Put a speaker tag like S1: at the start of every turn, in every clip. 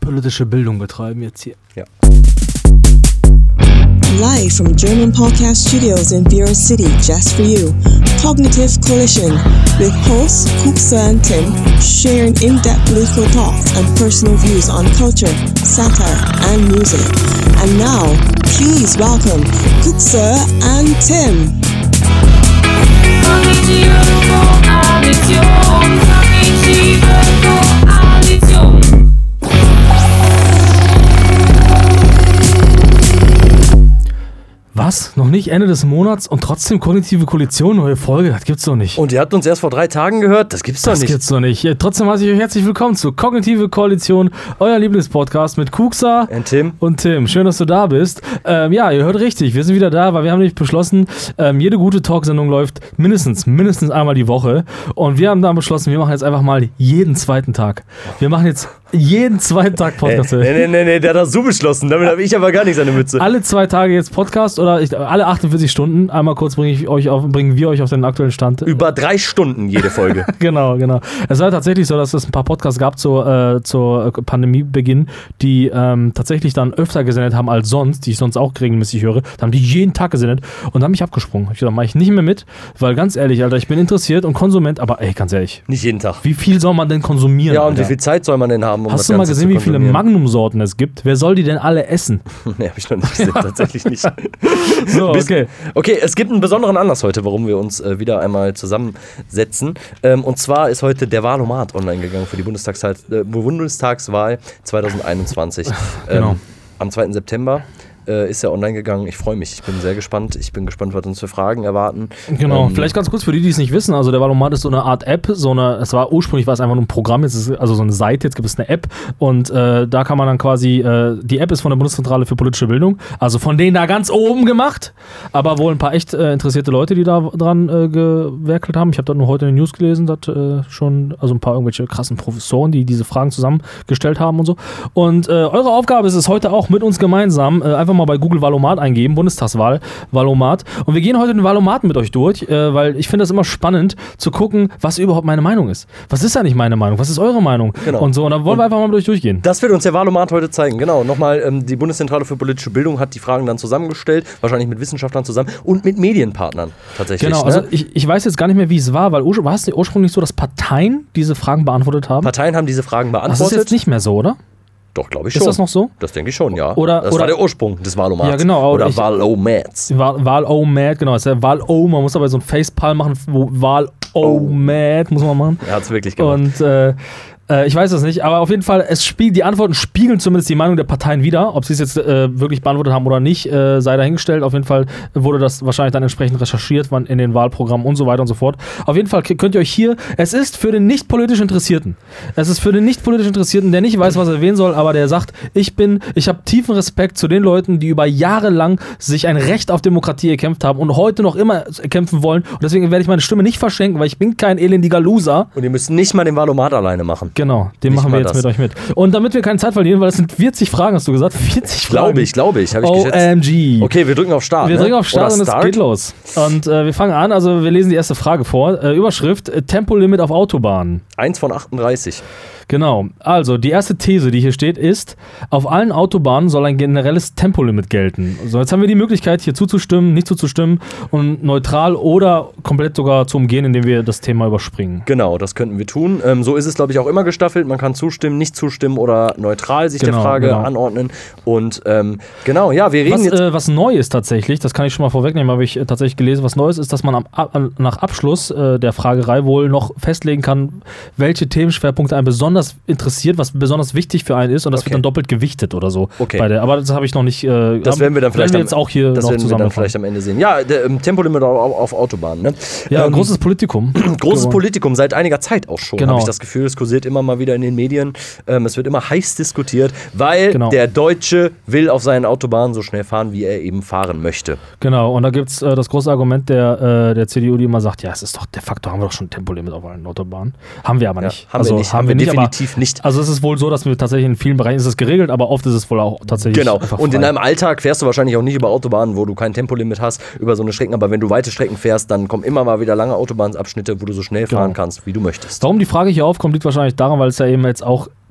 S1: politische Bildung betreiben jetzt hier.
S2: Ja.
S3: Live from German Podcast Studios in Bureau City, just for you. Cognitive Collision with hosts Kuksa and Tim, sharing in-depth political thoughts and personal views on culture, satire, and music. And now, please welcome Kuksa and Tim.
S1: Was? Noch nicht Ende des Monats und trotzdem kognitive Koalition, neue Folge? Das gibt's doch nicht.
S2: Und ihr habt uns erst vor 3 Tagen gehört? Das gibt's doch nicht.
S1: Das gibt's doch nicht. Trotzdem heiße ich euch herzlich willkommen zu Kognitive Koalition, euer Lieblingspodcast mit Kuksa und Tim. Schön, dass du da bist. Ja, ihr hört richtig, wir sind wieder da, weil wir haben nämlich beschlossen, jede gute Talksendung läuft mindestens einmal die Woche. Und wir haben dann beschlossen, wir machen jetzt einfach mal jeden zweiten Tag. Wir machen jetzt jeden zweiten Tag Podcast.
S2: Nee, der hat das so beschlossen. Damit habe ich aber gar nichts an der Mütze.
S1: Alle 2 Tage jetzt Podcast oder alle 48 Stunden. Einmal kurz bringen wir euch auf den aktuellen Stand.
S2: Über 3 Stunden jede Folge.
S1: Genau. Es war tatsächlich so, dass es ein paar Podcasts gab zur Pandemiebeginn, die tatsächlich dann öfter gesendet haben als sonst, die ich sonst auch regelmäßig höre. Da haben die jeden Tag gesendet und haben mich abgesprungen. Ich dachte, mache ich nicht mehr mit, weil ganz ehrlich, Alter, ich bin interessiert und Konsument, aber ey, ganz ehrlich.
S2: Nicht jeden Tag.
S1: Wie viel soll man denn konsumieren?
S2: Ja, und
S1: Alter?
S2: wie viel Zeit soll man denn haben, um
S1: Hast
S2: das
S1: du mal
S2: Ganze
S1: gesehen,
S2: zu
S1: wie viele Magnum-Sorten es gibt? Wer soll die denn alle essen?
S2: Nee, habe ich noch nicht gesehen, tatsächlich nicht.
S1: So, okay.
S2: Okay, es gibt einen besonderen Anlass heute, warum wir uns wieder einmal zusammensetzen. Und zwar ist heute der Wahlomat online gegangen für die Bundestagswahl 2021.
S1: Genau.
S2: Am 2. September ist er online gegangen. Ich freue mich. Ich bin sehr gespannt. Ich bin gespannt, was uns für Fragen erwarten.
S1: Genau. Vielleicht ganz kurz für die es nicht wissen. Also der Wahlomat ist so eine Art App. Ursprünglich war es einfach nur ein Programm. Jetzt ist also so eine Seite. Jetzt gibt es eine App. Und da kann man dann quasi, die App ist von der Bundeszentrale für politische Bildung. Also von denen da ganz oben gemacht. Aber wohl ein paar echt interessierte Leute, die da dran gewerkelt haben. Ich habe da nur heute in den News gelesen, dass schon, also ein paar irgendwelche krassen Professoren, die diese Fragen zusammengestellt haben und so. Und eure Aufgabe ist es heute auch mit uns gemeinsam, einfach mal bei Google Wahlomat eingeben, Bundestagswahl, Wahlomat. Und wir gehen heute den Wahlomaten mit euch durch, weil ich finde das immer spannend zu gucken, was überhaupt meine Meinung ist. Was ist eigentlich meine Meinung? Was ist eure Meinung?
S2: Genau.
S1: Und so, und da wollen wir einfach mal mit euch durchgehen.
S2: Das wird uns der Wahlomat heute zeigen. Genau, nochmal, die Bundeszentrale für politische Bildung hat die Fragen dann zusammengestellt, wahrscheinlich mit Wissenschaftlern zusammen und mit Medienpartnern tatsächlich.
S1: Genau, also ich weiß jetzt gar nicht mehr, wie es war, weil war es ursprünglich so, dass Parteien diese Fragen beantwortet haben?
S2: Parteien haben diese Fragen beantwortet.
S1: Das ist jetzt nicht mehr so, oder?
S2: Doch, glaube ich schon.
S1: Ist das noch so?
S2: Das denke ich schon, ja.
S1: Das
S2: war der Ursprung des Wahlomats.
S1: Ja, genau.
S2: Oder Wahlomats.
S1: Wahlomat, genau. Das ist ja Wahlo, man muss aber so ein Facepalm machen, wo Wahlomat muss man machen.
S2: Er hat es wirklich gemacht.
S1: Und ich weiß das nicht, aber auf jeden Fall, die Antworten spiegeln zumindest die Meinung der Parteien wider. Ob sie es jetzt wirklich beantwortet haben oder nicht, sei dahingestellt. Auf jeden Fall wurde das wahrscheinlich dann entsprechend recherchiert in den Wahlprogrammen und so weiter und so fort. Auf jeden Fall könnt ihr euch hier, es ist für den nicht politisch Interessierten. Es ist für den nicht politisch Interessierten, der nicht weiß, was er wählen soll, aber der sagt, ich habe tiefen Respekt zu den Leuten, die über Jahre lang sich ein Recht auf Demokratie erkämpft haben und heute noch immer kämpfen wollen. Und deswegen werde ich meine Stimme nicht verschenken, weil ich bin kein elendiger Loser.
S2: Und ihr müsst nicht mal den Wahlomat alleine machen.
S1: Genau, den machen wir jetzt mit euch mit. Und damit wir keine Zeit verlieren, weil es sind 40 Fragen, hast du gesagt? 40 Fragen.
S2: Glaube ich. Habe ich geschätzt.
S1: OMG.
S2: Okay, wir drücken auf Start.
S1: Wir drücken auf Start und es geht los. Und wir fangen an, also wir lesen die erste Frage vor. Überschrift, Tempolimit auf Autobahnen.
S2: 1 von 38.
S1: Genau. Also, die erste These, die hier steht, ist, auf allen Autobahnen soll ein generelles Tempolimit gelten. So, jetzt haben wir die Möglichkeit, hier zuzustimmen, nicht zuzustimmen und neutral oder komplett sogar zu umgehen, indem wir das Thema überspringen.
S2: Genau, das könnten wir tun. So ist es, glaube ich, auch immer gestaffelt. Man kann zustimmen, nicht zustimmen oder neutral sich der Frage anordnen. Und genau, ja, wir reden jetzt...
S1: Was neu ist tatsächlich, das kann ich schon mal vorwegnehmen, habe ich tatsächlich gelesen, was neu ist, dass man nach Abschluss der Fragerei wohl noch festlegen kann, welche Themenschwerpunkte einen besonders interessiert, was besonders wichtig für einen ist und das wird dann doppelt gewichtet oder so.
S2: Okay.
S1: Aber das habe ich noch nicht...
S2: das werden wir dann vielleicht
S1: jetzt auch hier noch zusammen
S2: vielleicht am Ende sehen. Ja, Tempolimit auf Autobahnen. Ne?
S1: Ja, großes Politikum.
S2: Großes Politikum, seit einiger Zeit auch schon, habe ich das Gefühl. Es kursiert immer mal wieder in den Medien. Es wird immer heiß diskutiert, weil der Deutsche will auf seinen Autobahnen so schnell fahren, wie er eben fahren möchte.
S1: Genau, und da gibt es das große Argument der CDU, die immer sagt, ja, es ist doch de facto, haben wir doch schon Tempolimit auf allen Autobahnen. Haben wir aber nicht.
S2: Haben wir definitiv nicht.
S1: Also es ist wohl so, dass wir tatsächlich in vielen Bereichen ist es geregelt, aber oft ist es wohl auch tatsächlich einfach
S2: und
S1: frei.
S2: In deinem Alltag fährst du wahrscheinlich auch nicht über Autobahnen, wo du kein Tempolimit hast, über so eine Strecken, aber wenn du weite Strecken fährst, dann kommen immer mal wieder lange Autobahnabschnitte, wo du so schnell fahren kannst, wie du möchtest.
S1: Warum die Frage hier aufkommt, liegt wahrscheinlich daran, weil es ja eben jetzt auch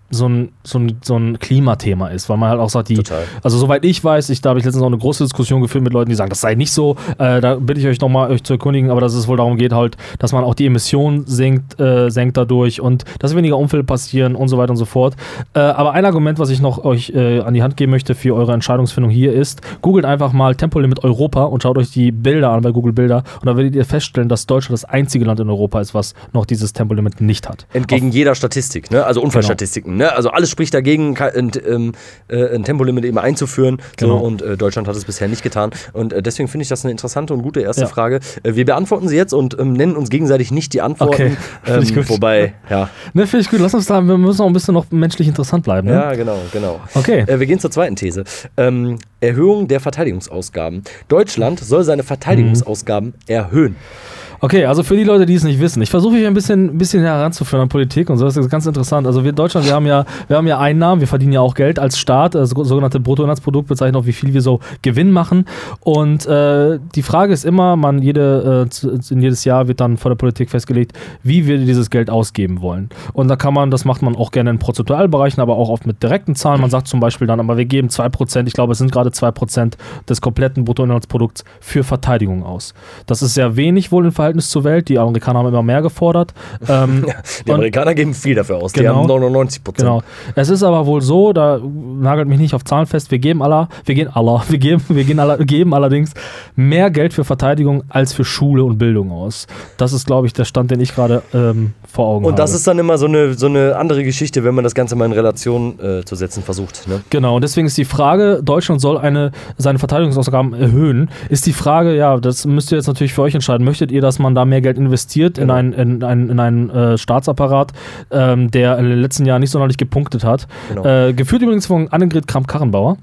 S1: so ein Klimathema ist, weil man halt auch sagt, also soweit ich weiß, da habe ich letztens auch eine große Diskussion geführt mit Leuten, die sagen, das sei nicht so, da bitte ich euch nochmal, euch zu erkundigen, aber dass es wohl darum geht halt, dass man auch die Emissionen senkt dadurch und dass weniger Unfälle passieren und so weiter und so fort. Aber ein Argument, was ich noch euch an die Hand geben möchte für eure Entscheidungsfindung hier ist, googelt einfach mal Tempolimit Europa und schaut euch die Bilder an bei Google Bilder und da werdet ihr feststellen, dass Deutschland das einzige Land in Europa ist, was noch dieses Tempolimit nicht hat.
S2: Entgegen jeder Statistik, ne? Also Unfallstatistiken. Genau. Ne? Also alles spricht dagegen, ein Tempolimit eben einzuführen. Genau. So, und Deutschland hat es bisher nicht getan. Und deswegen finde ich das eine interessante und gute erste Frage. Wir beantworten sie jetzt und nennen uns gegenseitig nicht die Antworten.
S1: Okay.
S2: Wobei, ja.
S1: Ne, finde ich gut. Lass uns da, wir müssen auch ein bisschen noch menschlich interessant bleiben. Ne?
S2: Ja, genau.
S1: Okay.
S2: Wir gehen zur zweiten These. Erhöhung der Verteidigungsausgaben. Deutschland soll seine Verteidigungsausgaben erhöhen.
S1: Okay, also für die Leute, die es nicht wissen, ich versuche mich ein bisschen heranzuführen an Politik und so, das ist ganz interessant. Also wir in Deutschland, wir haben ja Einnahmen, wir verdienen ja auch Geld als Staat, das sogenannte Bruttoinlandsprodukt bezeichnet auch, wie viel wir so Gewinn machen. Und die Frage ist immer, jedes Jahr wird dann von der Politik festgelegt, wie wir dieses Geld ausgeben wollen. Und das macht man auch gerne in Prozentualbereichen, aber auch oft mit direkten Zahlen. Man sagt zum Beispiel dann, aber wir geben 2%, ich glaube, es sind gerade 2% des kompletten Bruttoinlandsprodukts für Verteidigung aus. Das ist sehr wenig wohl im Verhältnis zur Welt. Die Amerikaner haben immer mehr gefordert.
S2: Die Amerikaner geben viel dafür aus. Die haben 99%.
S1: Genau. Es ist aber wohl so, da nagelt mich nicht auf Zahlen fest, wir geben allerdings mehr Geld für Verteidigung als für Schule und Bildung aus. Das ist, glaube ich, der Stand, den ich gerade vor Augen habe.
S2: Und das ist dann immer so eine andere Geschichte, wenn man das Ganze mal in Relation zu setzen versucht. Ne?
S1: Genau, und deswegen ist die Frage, Deutschland soll seine Verteidigungsausgaben erhöhen, ist die Frage, ja, das müsst ihr jetzt natürlich für euch entscheiden. Möchtet ihr, dass man da mehr Geld investiert in einen Staatsapparat, der in den letzten Jahren nicht sonderlich gepunktet hat? Genau. Geführt übrigens von Annegret Kramp-Karrenbauer.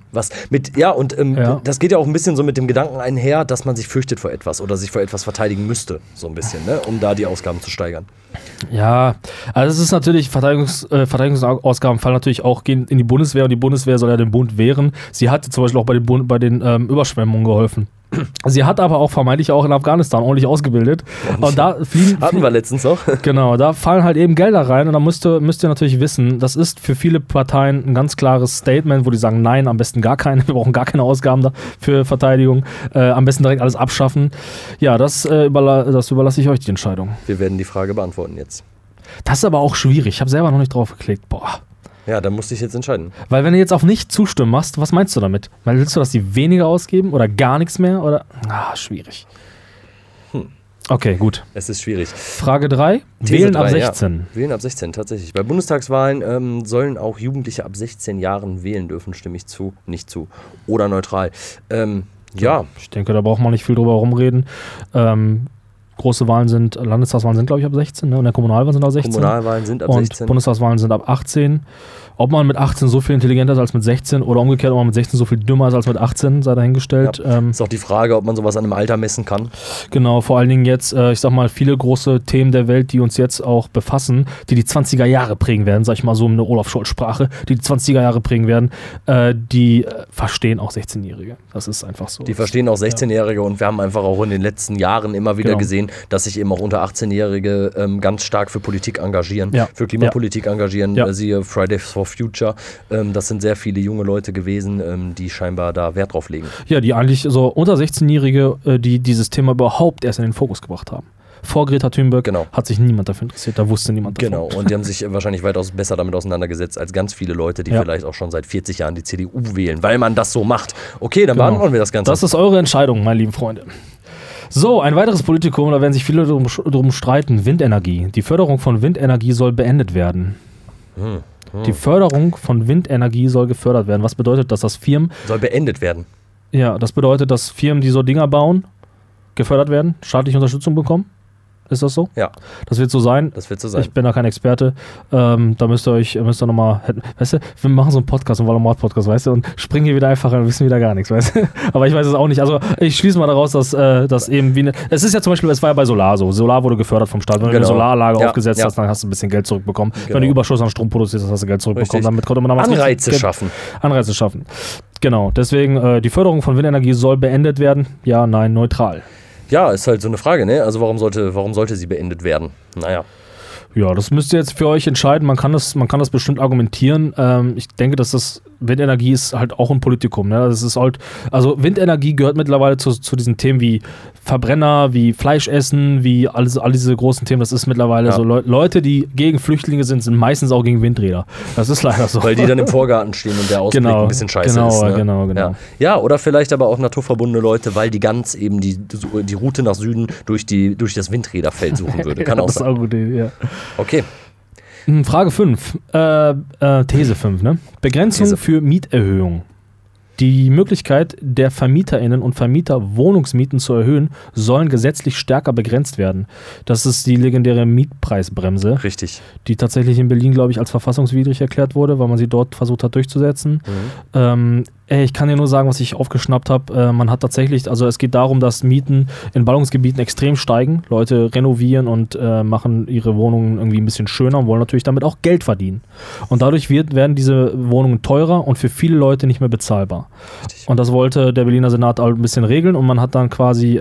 S2: Das geht ja auch ein bisschen so mit dem Gedanken einher, dass man sich fürchtet vor etwas oder sich vor etwas verteidigen müsste, so ein bisschen, ne? Um da die Ausgaben zu steigern.
S1: Ja, also es ist natürlich, Verteidigungsausgaben fallen natürlich auch in die Bundeswehr und die Bundeswehr soll ja den Bund wehren. Sie hat zum Beispiel auch bei den Überschwemmungen geholfen. Sie hat aber auch vermeintlich auch in Afghanistan ordentlich ausgebildet. Und da
S2: hatten wir letztens noch.
S1: Genau, da fallen halt eben Gelder rein und da müsst ihr natürlich wissen, das ist für viele Parteien ein ganz klares Statement, wo die sagen, nein, am besten gar keine, wir brauchen gar keine Ausgaben für Verteidigung, am besten direkt alles abschaffen. Ja, das überlasse ich euch die Entscheidung.
S2: Wir werden die Frage beantworten jetzt.
S1: Das ist aber auch schwierig, ich habe selber noch nicht drauf geklickt,
S2: Ja, da musste ich jetzt entscheiden.
S1: Weil wenn du jetzt auf nicht zustimmen machst, was meinst du damit? Willst du, dass die weniger ausgeben oder gar nichts mehr? Oder? Schwierig. Okay, gut.
S2: Es ist schwierig.
S1: Frage 3. Wählen ab 16.
S2: Ja. Wählen ab 16, tatsächlich. Bei Bundestagswahlen sollen auch Jugendliche ab 16 Jahren wählen dürfen. Stimme ich zu, nicht zu. Oder neutral. Ja.
S1: Ich denke, da braucht man nicht viel drüber rumreden. Große Wahlen Landestagswahlen sind, glaube ich, ab 16, ne? Und der Kommunalwahlen sind ab 16.
S2: Kommunalwahlen sind ab 16.
S1: Und Bundestagswahlen sind ab 18. Ob man mit 18 so viel intelligenter ist als mit 16 oder umgekehrt, ob man mit 16 so viel dümmer ist als mit 18, sei dahingestellt.
S2: Ja, ist auch die Frage, ob man sowas an einem Alter messen kann.
S1: Genau, vor allen Dingen jetzt, ich sag mal, viele große Themen der Welt, die uns jetzt auch befassen, die 20er Jahre prägen werden, sag ich mal so in der Olaf-Scholz-Sprache, die 20er Jahre prägen werden, die verstehen auch 16-Jährige. Das ist einfach so.
S2: Die verstehen auch 16-Jährige und wir haben einfach auch in den letzten Jahren immer wieder gesehen, dass sich eben auch unter 18-Jährige ganz stark für Politik engagieren, für Klimapolitik engagieren, siehe Fridays for Future. Das sind sehr viele junge Leute gewesen, die scheinbar da Wert drauf legen.
S1: Ja, die eigentlich so unter 16-Jährige, die dieses Thema überhaupt erst in den Fokus gebracht haben. Vor Greta Thunberg hat sich niemand dafür interessiert, da wusste niemand davon.
S2: Genau, und die haben sich wahrscheinlich weitaus besser damit auseinandergesetzt als ganz viele Leute, die vielleicht auch schon seit 40 Jahren die CDU wählen, weil man das so macht. Okay, dann beantworten wir das Ganze.
S1: Das ist eure Entscheidung, meine lieben Freunde. So, ein weiteres Politikum, da werden sich viele drum streiten, Windenergie. Die Förderung von Windenergie soll beendet werden. Die Förderung von Windenergie soll gefördert werden. Was bedeutet das, dass Firmen...
S2: Soll beendet werden.
S1: Ja, das bedeutet, dass Firmen, die so Dinger bauen, gefördert werden, staatliche Unterstützung bekommen. Ist das so?
S2: Ja.
S1: Das wird so sein.
S2: Das wird so sein.
S1: Ich bin da kein Experte. Da müsst ihr nochmal, weißt du, wir machen so einen Podcast, einen Valomat-Podcast, weißt du, und springen hier wieder einfach rein und wissen wieder gar nichts, weißt du. Aber ich weiß es auch nicht. Also ich schließe mal daraus, dass eben es ist ja zum Beispiel, es war ja bei Solar so. Solar wurde gefördert vom Staat. Wenn du eine Solaranlage aufgesetzt hast, dann hast du ein bisschen Geld zurückbekommen. Wenn du Überschuss an Strom produzierst, hast du Geld zurückbekommen. Damit konnte man damals
S2: Anreize schaffen.
S1: Genau. Deswegen, die Förderung von Windenergie soll beendet werden. Ja, nein, neutral.
S2: Ja, ist halt so eine Frage, ne? Also warum sollte sie beendet werden? Naja.
S1: Ja, das müsst ihr jetzt für euch entscheiden. Man kann das bestimmt argumentieren. Ich denke, dass das Windenergie ist halt auch ein Politikum. Ne? Das ist halt, also Windenergie gehört mittlerweile zu diesen Themen wie Verbrenner, wie Fleischessen, wie all diese großen Themen. Das ist mittlerweile so Leute, die gegen Flüchtlinge sind meistens auch gegen Windräder. Das ist leider so.
S2: Weil die dann im Vorgarten stehen und der Ausblick ein bisschen scheiße ist. Ne?
S1: Genau.
S2: Ja, oder vielleicht aber auch naturverbundene Leute, weil die ganz eben die Route nach Süden durch das Windräderfeld suchen würde. Kann auch sein. Das ist auch eine gute Idee, ja. Okay.
S1: Frage 5. These 5, ne? Begrenzung für Mieterhöhung. Die Möglichkeit der VermieterInnen und Vermieter, Wohnungsmieten zu erhöhen, sollen gesetzlich stärker begrenzt werden. Das ist die legendäre Mietpreisbremse.
S2: Richtig.
S1: Die tatsächlich in Berlin, glaube ich, als verfassungswidrig erklärt wurde, weil man sie dort versucht hat durchzusetzen. Ich kann dir nur sagen, was ich aufgeschnappt habe. Man hat tatsächlich, also es geht darum, dass Mieten in Ballungsgebieten extrem steigen. Leute renovieren und machen ihre Wohnungen irgendwie ein bisschen schöner und wollen natürlich damit auch Geld verdienen. Und dadurch werden diese Wohnungen teurer und für viele Leute nicht mehr bezahlbar. Richtig. Und das wollte der Berliner Senat ein bisschen regeln und man hat dann quasi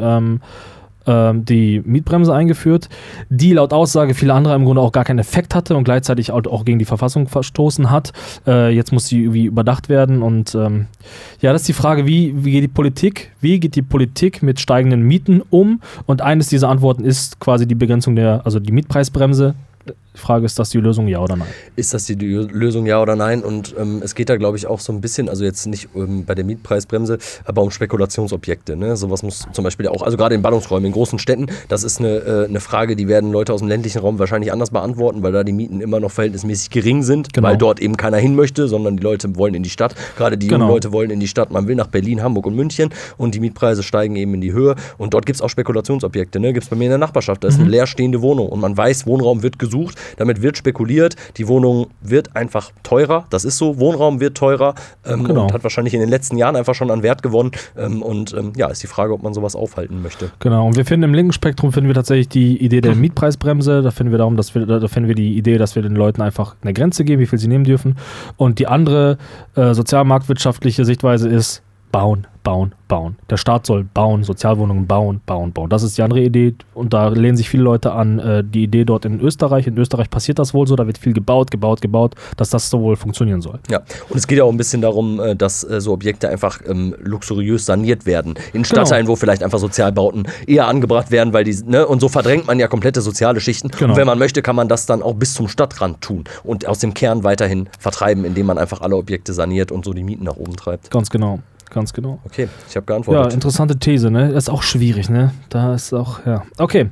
S1: die Mietbremse eingeführt, die laut Aussage vieler anderer im Grunde auch gar keinen Effekt hatte und gleichzeitig auch gegen die Verfassung verstoßen hat. Jetzt muss sie irgendwie überdacht werden und das ist die Frage, wie geht die Politik mit steigenden Mieten um? Und eines dieser Antworten ist quasi die Begrenzung die Mietpreisbremse. Die Frage ist, das die Lösung, ja oder nein?
S2: Ist das die Lösung, ja oder nein? Und es geht da, glaube ich, auch so ein bisschen, also jetzt nicht bei der Mietpreisbremse, aber um Spekulationsobjekte. Ne? Sowas muss zum Beispiel auch, also gerade in Ballungsräumen, in großen Städten, das ist eine Frage, die werden Leute aus dem ländlichen Raum wahrscheinlich anders beantworten, weil da die Mieten immer noch verhältnismäßig gering sind, weil dort eben keiner hin möchte, sondern die Leute wollen in die Stadt. Gerade die jungen Leute wollen in die Stadt. Man will nach Berlin, Hamburg und München und die Mietpreise steigen eben in die Höhe. Und dort gibt es auch Spekulationsobjekte. Ne? Gibt es bei mir in der Nachbarschaft. Da ist eine leerstehende Wohnung und man weiß, Wohnraum wird gesucht. Damit wird spekuliert, die Wohnung wird einfach teurer, das ist so, Wohnraum wird teurer und hat wahrscheinlich in den letzten Jahren einfach schon an Wert gewonnen ist die Frage, ob man sowas aufhalten möchte.
S1: Genau, und wir finden im linken Spektrum tatsächlich die Idee der Mietpreisbremse, da finden wir die Idee, dass wir den Leuten einfach eine Grenze geben, wie viel sie nehmen dürfen und die andere sozialmarktwirtschaftliche Sichtweise ist bauen. Der Staat soll bauen, Sozialwohnungen bauen. Das ist die andere Idee und da lehnen sich viele Leute an die Idee dort in Österreich. In Österreich passiert das wohl so, da wird viel gebaut, dass das so wohl funktionieren soll.
S2: Ja, und es geht ja auch ein bisschen darum, dass so Objekte einfach luxuriös saniert werden. In Stadtteilen, wo vielleicht einfach Sozialbauten eher angebracht werden, weil und so verdrängt man ja komplette soziale Schichten. Und wenn man möchte, kann man das dann auch bis zum Stadtrand tun und aus dem Kern weiterhin vertreiben, indem man einfach alle Objekte saniert und so die Mieten nach oben treibt.
S1: Ganz genau.
S2: Okay, ich habe geantwortet.
S1: Ja, interessante These, ne? Das ist auch schwierig, ne? Da ist auch, ja. Okay.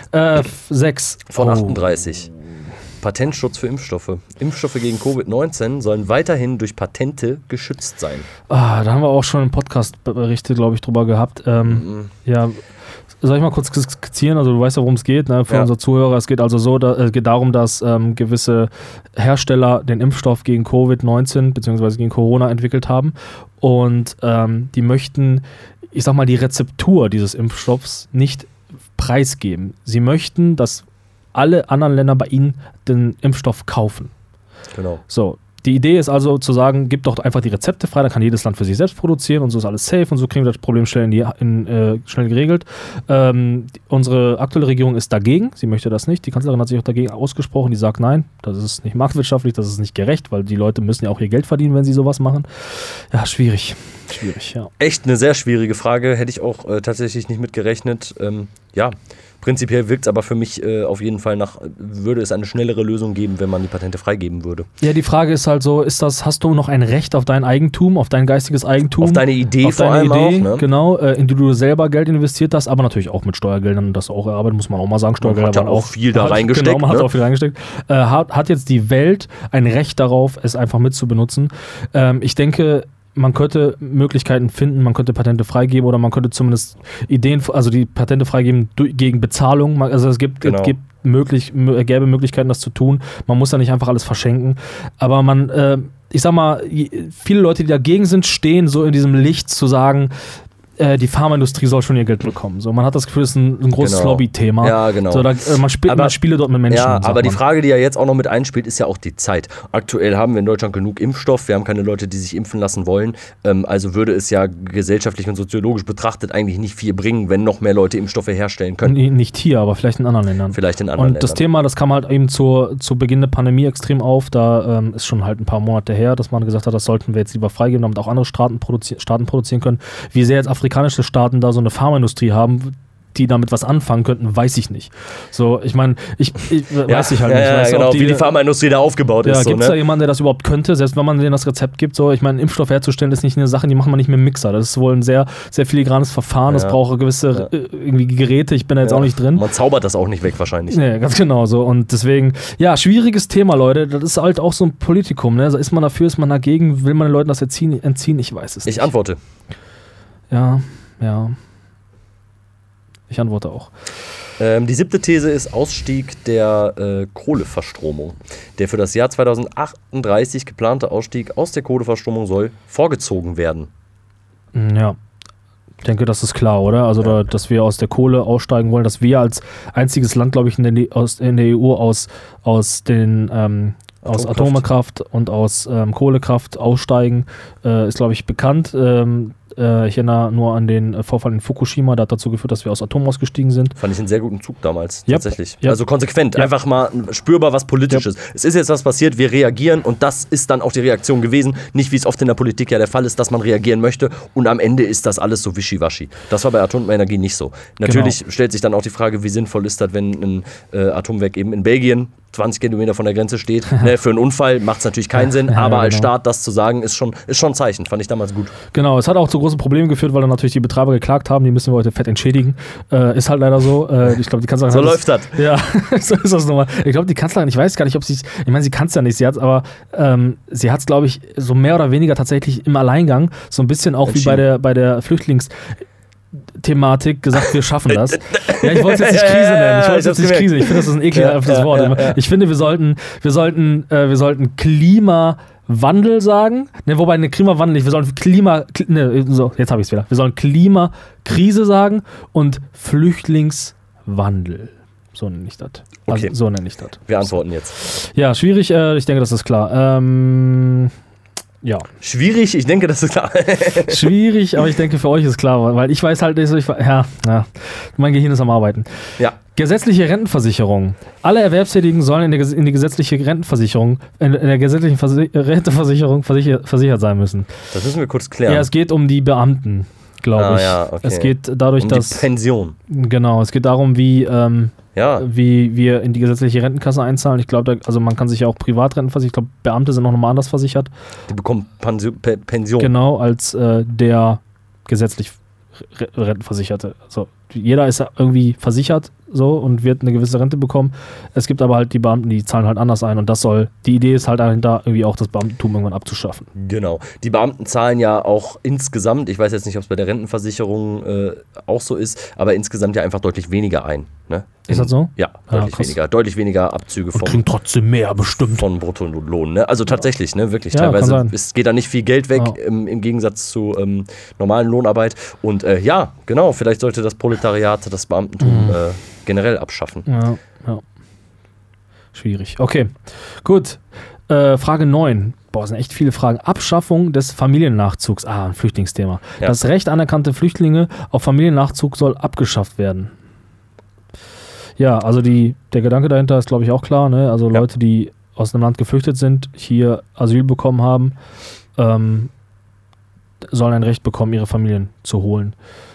S1: 6.
S2: Von 38. Patentschutz für Impfstoffe. Impfstoffe gegen Covid-19 sollen weiterhin durch Patente geschützt sein.
S1: Da haben wir auch schon im Podcast Berichte, glaube ich, drüber gehabt. Ja. Soll ich mal kurz skizzieren? Also du weißt ja, worum es geht, ne? Für unsere Zuhörer. Es geht also es geht darum, dass gewisse Hersteller den Impfstoff gegen Covid-19 bzw. gegen Corona entwickelt haben und die möchten, ich sag mal, die Rezeptur dieses Impfstoffs nicht preisgeben. Sie möchten, dass alle anderen Länder bei ihnen den Impfstoff kaufen.
S2: Genau.
S1: So. Die Idee ist also zu sagen, gib doch einfach die Rezepte frei, dann kann jedes Land für sich selbst produzieren und so ist alles safe und so kriegen wir das Problem schnell geregelt. Unsere aktuelle Regierung ist dagegen, sie möchte das nicht. Die Kanzlerin hat sich auch dagegen ausgesprochen, die sagt nein, das ist nicht marktwirtschaftlich, das ist nicht gerecht, weil die Leute müssen ja auch ihr Geld verdienen, wenn sie sowas machen. Ja, schwierig, ja.
S2: Echt eine sehr schwierige Frage, hätte ich auch tatsächlich nicht mit gerechnet. Prinzipiell wirkt es aber für mich auf jeden Fall würde es eine schnellere Lösung geben, wenn man die Patente freigeben würde.
S1: Ja, die Frage ist halt so, hast du noch ein Recht auf dein Eigentum, auf dein geistiges Eigentum?
S2: Auf deine Idee vor allem auch, ne?
S1: Genau, in die du selber Geld investiert hast, aber natürlich auch mit Steuergeldern, das auch erarbeitet, muss man auch mal sagen. Steuergelder
S2: waren auch viel da reingesteckt.
S1: Genau, man hat auch viel reingesteckt. Hat jetzt die Welt ein Recht darauf, es einfach mitzubenutzen? Ich denke, man könnte Möglichkeiten finden, man könnte Patente freigeben oder man könnte zumindest die Patente freigeben gegen Bezahlung. Also es gäbe Möglichkeiten, das zu tun. Man muss ja nicht einfach alles verschenken. Aber ich sag mal, viele Leute, die dagegen sind, stehen so in diesem Licht zu sagen, die Pharmaindustrie soll schon ihr Geld bekommen. So, man hat das Gefühl, das ist ein großes Lobbythema.
S2: Ja, genau.
S1: So, man spiele dort mit Menschen.
S2: Ja, aber die Frage, die ja jetzt auch noch mit einspielt, ist ja auch die Zeit. Aktuell haben wir in Deutschland genug Impfstoff. Wir haben keine Leute, die sich impfen lassen wollen. Also würde es ja gesellschaftlich und soziologisch betrachtet eigentlich nicht viel bringen, wenn noch mehr Leute Impfstoffe herstellen können.
S1: Nicht hier, aber vielleicht in anderen Ländern. Und das Thema, das kam halt eben zu Beginn der Pandemie extrem auf. Da ist schon halt ein paar Monate her, dass man gesagt hat, das sollten wir jetzt lieber freigeben, damit auch andere Staaten produzieren können. Wie sehr jetzt afrikanische Staaten da so eine Pharmaindustrie haben, die damit was anfangen könnten, weiß ich nicht. So, ich meine, weiß ich halt nicht.
S2: Ja, genau, wie die Pharmaindustrie da aufgebaut ist.
S1: Gibt es da jemanden, der das überhaupt könnte, selbst wenn man denen das Rezept gibt? So, ich meine, Impfstoff herzustellen ist nicht eine Sache, die macht man nicht mit dem Mixer. Das ist wohl ein sehr, sehr filigranes Verfahren. Das braucht gewisse irgendwie Geräte. Ich bin da jetzt auch nicht drin.
S2: Man zaubert das auch nicht weg wahrscheinlich.
S1: Nee, ganz genau so. Und deswegen, schwieriges Thema, Leute. Das ist halt auch so ein Politikum. Ne? Also ist man dafür, ist man dagegen? Will man den Leuten das entziehen? Ich weiß es nicht.
S2: Ich antworte.
S1: Ja. Ich antworte auch.
S2: Die 7. These ist Ausstieg der Kohleverstromung. Der für das Jahr 2038 geplante Ausstieg aus der Kohleverstromung soll vorgezogen werden.
S1: Ja, ich denke, das ist klar, oder? Also, dass wir aus der Kohle aussteigen wollen, dass wir als einziges Land, glaube ich, in der EU aus Atomkraft und aus Kohlekraft aussteigen, ist, glaube ich, bekannt. Ich erinnere nur an den Vorfall in Fukushima, der hat dazu geführt, dass wir aus Atom ausgestiegen sind.
S2: Fand ich einen sehr guten Zug damals, tatsächlich. Also konsequent, einfach mal spürbar was Politisches. Es ist jetzt was passiert, wir reagieren und das ist dann auch die Reaktion gewesen. Nicht, wie es oft in der Politik ja der Fall ist, dass man reagieren möchte und am Ende ist das alles so wischiwaschi. Das war bei Atomenergie nicht so. Natürlich stellt sich dann auch die Frage, wie sinnvoll ist das, wenn ein Atomwerk eben in Belgien 20 Kilometer von der Grenze steht. Für einen Unfall macht es natürlich keinen Sinn, aber als Staat das zu sagen, ist schon ein Zeichen. Fand ich damals gut.
S1: Genau, es hat auch zu großen Problemen geführt, weil dann natürlich die Betreiber geklagt haben, die müssen wir heute fett entschädigen. Ist halt leider so. Ich glaube, die Kanzlerin
S2: so läuft das.
S1: Ja, so ist das nochmal. Ich glaube, die Kanzlerin, ich weiß gar nicht, ob sie ich meine, sie kann es ja nicht, sie hat es, glaube ich, so mehr oder weniger tatsächlich im Alleingang, so ein bisschen auch wie bei der Flüchtlingsthematik gesagt, wir schaffen das. Ja, ich wollte es jetzt nicht Krise nennen. Ich finde, das ist ein ekelhaftes Wort. Ich finde, wir sollten Klimawandel sagen. Ne, wobei, Klimawandel nicht. Wir sollen jetzt habe ich es wieder. Wir sollen Klimakrise sagen und Flüchtlingswandel. So nenne ich das.
S2: Okay.
S1: So nenne ich das.
S2: Wir antworten jetzt.
S1: Ja, schwierig. Ich denke, das ist klar. Ja.
S2: Schwierig, ich denke, das ist klar.
S1: Schwierig, aber ich denke, für euch ist klar, weil ich weiß halt nicht so, mein Gehirn ist am Arbeiten.
S2: Ja.
S1: Gesetzliche Rentenversicherung. Alle Erwerbstätigen sollen in der gesetzlichen Rentenversicherung versichert sein müssen.
S2: Das müssen wir kurz klären.
S1: Ja, es geht um die Beamten, glaube ich.
S2: Ja, okay.
S1: Es geht dadurch, dass
S2: die Pension.
S1: Genau, es geht darum, wie wir in die gesetzliche Rentenkasse einzahlen. Ich glaube, man kann sich ja auch Privatrenten versichern. Ich glaube, Beamte sind noch nochmal anders versichert.
S2: Die bekommen Pension.
S1: Genau, als der gesetzlich Rentenversicherte. Also jeder ist irgendwie versichert so und wird eine gewisse Rente bekommen. Es gibt aber halt die Beamten, die zahlen halt anders ein und die Idee ist halt dahinter, irgendwie auch das Beamtentum irgendwann abzuschaffen.
S2: Genau. Die Beamten zahlen ja auch insgesamt, ich weiß jetzt nicht, ob es bei der Rentenversicherung auch so ist, aber insgesamt ja einfach deutlich weniger ein. Ne?
S1: Ist das so?
S2: Ja, deutlich weniger Abzüge
S1: und kriegen trotzdem mehr bestimmt.
S2: Von Bruttolohn. Ne? Also tatsächlich, ne? Wirklich.
S1: Ja,
S2: teilweise geht da nicht viel Geld weg im Gegensatz zu normalen Lohnarbeit. Und genau, vielleicht sollte das Proletariat das Beamtentum generell abschaffen.
S1: Ja. Schwierig. Okay, gut. Frage 9. Boah, sind echt viele Fragen. Abschaffung des Familiennachzugs. Ein Flüchtlingsthema. Ja. Das Recht anerkannte Flüchtlinge auf Familiennachzug soll abgeschafft werden. Ja, also der Gedanke dahinter ist, glaube ich, auch klar. Ne? Also Leute, die aus einem Land geflüchtet sind, hier Asyl bekommen haben, sollen ein Recht bekommen, ihre Familien zu holen.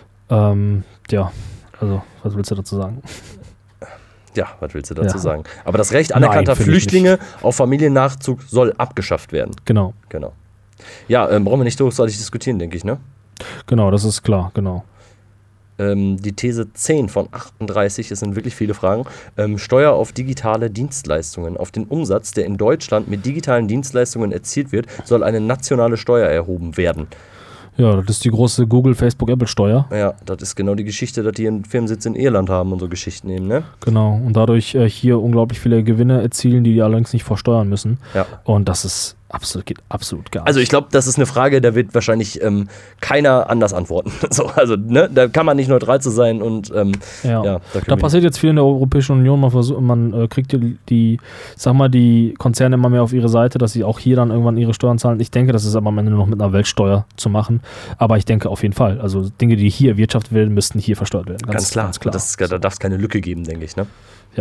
S1: Also, was willst du dazu sagen?
S2: Ja, was willst du dazu sagen? Aber das Recht anerkannter Flüchtlinge auf Familiennachzug soll abgeschafft werden.
S1: Genau.
S2: Ja, brauchen wir nicht großartig diskutieren, denke ich, ne?
S1: Genau, das ist klar, genau.
S2: Die These 10 von 38, es sind wirklich viele Fragen. Steuer auf digitale Dienstleistungen. Auf den Umsatz, der in Deutschland mit digitalen Dienstleistungen erzielt wird, soll eine nationale Steuer erhoben werden.
S1: Ja, das ist die große Google, Facebook, Apple-Steuer.
S2: Ja, das ist genau die Geschichte, dass die einen Firmensitz in Irland haben und so Geschichten eben, ne?
S1: Genau, und dadurch hier unglaublich viele Gewinne erzielen, die allerdings nicht versteuern müssen.
S2: Ja.
S1: Und das ist Geht absolut gar nicht.
S2: Also ich glaube, das ist eine Frage, da wird wahrscheinlich keiner anders antworten. So, also ne, da kann man nicht neutral zu sein und
S1: da passiert jetzt viel in der Europäischen Union. Man kriegt die Konzerne immer mehr auf ihre Seite, dass sie auch hier dann irgendwann ihre Steuern zahlen. Ich denke, das ist aber am Ende nur noch mit einer Weltsteuer zu machen. Aber ich denke auf jeden Fall, also Dinge, die hier erwirtschaftet werden, müssten hier versteuert werden.
S2: Ganz klar. Da darf es keine Lücke geben, denke ich. Ne?
S1: Ja.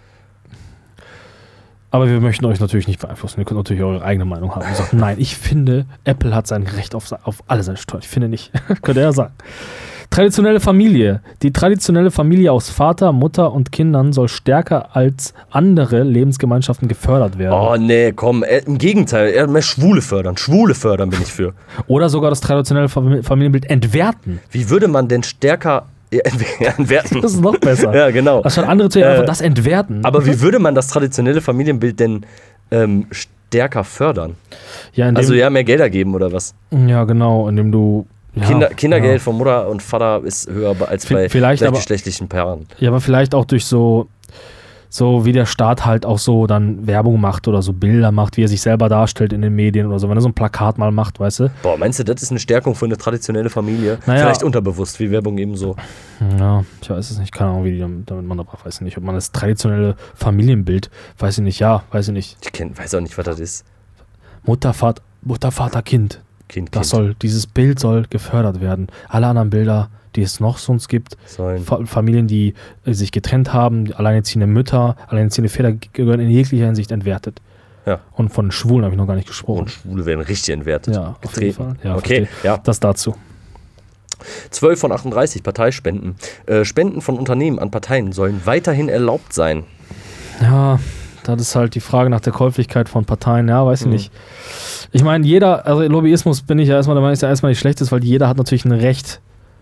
S1: Aber wir möchten euch natürlich nicht beeinflussen. Ihr könnt natürlich eure eigene Meinung haben. Und sagt, nein, ich finde, Apple hat sein Recht auf alle seine Steuern. Ich finde nicht. Könnte er sagen. Traditionelle Familie. Die traditionelle Familie aus Vater, Mutter und Kindern soll stärker als andere Lebensgemeinschaften gefördert werden.
S2: Oh nee, komm. Im Gegenteil, eher mehr Schwule fördern. Schwule fördern bin ich für.
S1: Oder sogar das traditionelle Familienbild entwerten.
S2: Wie würde man denn stärker entwerten?
S1: Das ist noch besser.
S2: Ja, genau.
S1: Anstatt andere zu einfach das entwerten.
S2: Aber wie würde man das traditionelle Familienbild denn stärker fördern?
S1: Ja,
S2: mehr Gelder geben oder was?
S1: Ja, genau, indem du
S2: Kindergeld von Mutter und Vater ist höher als bei gleichgeschlechtlichen Paaren.
S1: Ja, aber vielleicht auch durch so wie der Staat halt auch so dann Werbung macht oder so Bilder macht, wie er sich selber darstellt in den Medien oder so, wenn er so ein Plakat mal macht, weißt du?
S2: Boah, meinst du, das ist eine Stärkung für eine traditionelle Familie? Vielleicht unterbewusst, wie Werbung eben so.
S1: Ja, ich weiß es nicht, keine Ahnung, wie damit man da weiß ich nicht, ob man das traditionelle Familienbild, weiß ich nicht. Ich
S2: weiß auch nicht, was das ist.
S1: Mutter, Vater, Kind. Dieses Bild soll gefördert werden. Alle anderen Bilder, die es noch sonst gibt, Familien, die sich getrennt haben, alleinerziehende Mütter, alleinerziehende Väter gehören in jeglicher Hinsicht entwertet.
S2: Ja.
S1: Und von Schwulen habe ich noch gar nicht gesprochen.
S2: Und Schwule werden richtig entwertet.
S1: Ja, auf jeden Fall. Ja,
S2: okay, ja.
S1: Das dazu.
S2: 12 von 38 Parteispenden. Spenden von Unternehmen an Parteien sollen weiterhin erlaubt sein.
S1: Ja, das ist halt die Frage nach der Käuflichkeit von Parteien. Ja, weiß ich nicht. Ich meine, Lobbyismus bin ich ja erstmal der Meinung, ist ja erstmal nicht schlecht ist, weil jeder hat natürlich ein Recht,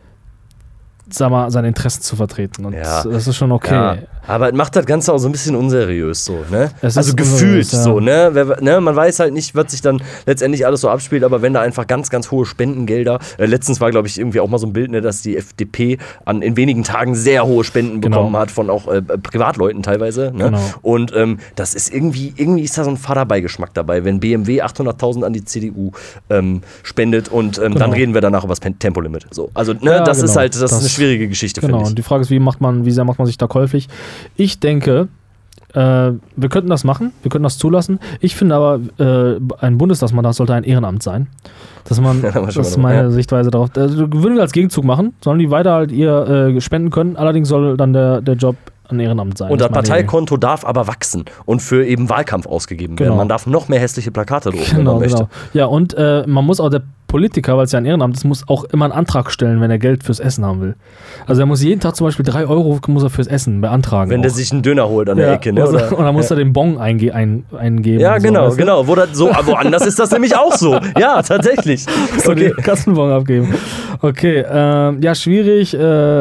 S1: seine Interessen zu vertreten. Und das ist schon okay.
S2: Ja. Aber macht das Ganze auch so ein bisschen unseriös so, ne?
S1: Also
S2: gefühlt so, ne? Man weiß halt nicht, was sich dann letztendlich alles so abspielt, aber wenn da einfach ganz, ganz hohe Spendengelder, letztens war, glaube ich, irgendwie auch mal so ein Bild, ne, dass die FDP in wenigen Tagen sehr hohe Spenden bekommen hat, von auch Privatleuten teilweise, ne?
S1: Genau.
S2: Und das ist irgendwie ist da so ein Vaterbeigeschmack dabei, wenn BMW 800.000 an die CDU spendet und dann reden wir danach über das Tempolimit. So. Also, ne, das ist halt, das ist eine schwierige Geschichte, finde ich.
S1: Genau, und die Frage ist, wie sehr macht man sich da käuflich? Ich denke, wir könnten das machen, wir könnten das zulassen. Ich finde aber, ein Bundestagsmandat sollte ein Ehrenamt sein. Das ist meine Sichtweise darauf. Würden wir als Gegenzug machen, sollen die weiter halt ihr spenden können, allerdings soll dann der Job ein Ehrenamt sein.
S2: Und das Parteikonto darf aber wachsen und für eben Wahlkampf ausgegeben werden. Man darf noch mehr hässliche Plakate drucken, wenn man möchte.
S1: Ja, und man muss auch der Politiker, weil es ja ein Ehrenamt ist, muss auch immer einen Antrag stellen, wenn er Geld fürs Essen haben will. Also er muss jeden Tag zum Beispiel 3 Euro muss er fürs Essen beantragen.
S2: Wenn der sich einen Döner holt an der Ecke. Ne?
S1: Und dann muss er den Bon eingeben.
S2: Ja, genau. Woanders ist das nämlich auch so. Ja, tatsächlich.
S1: Okay. Den Kassenbon abgeben. Okay, schwierig,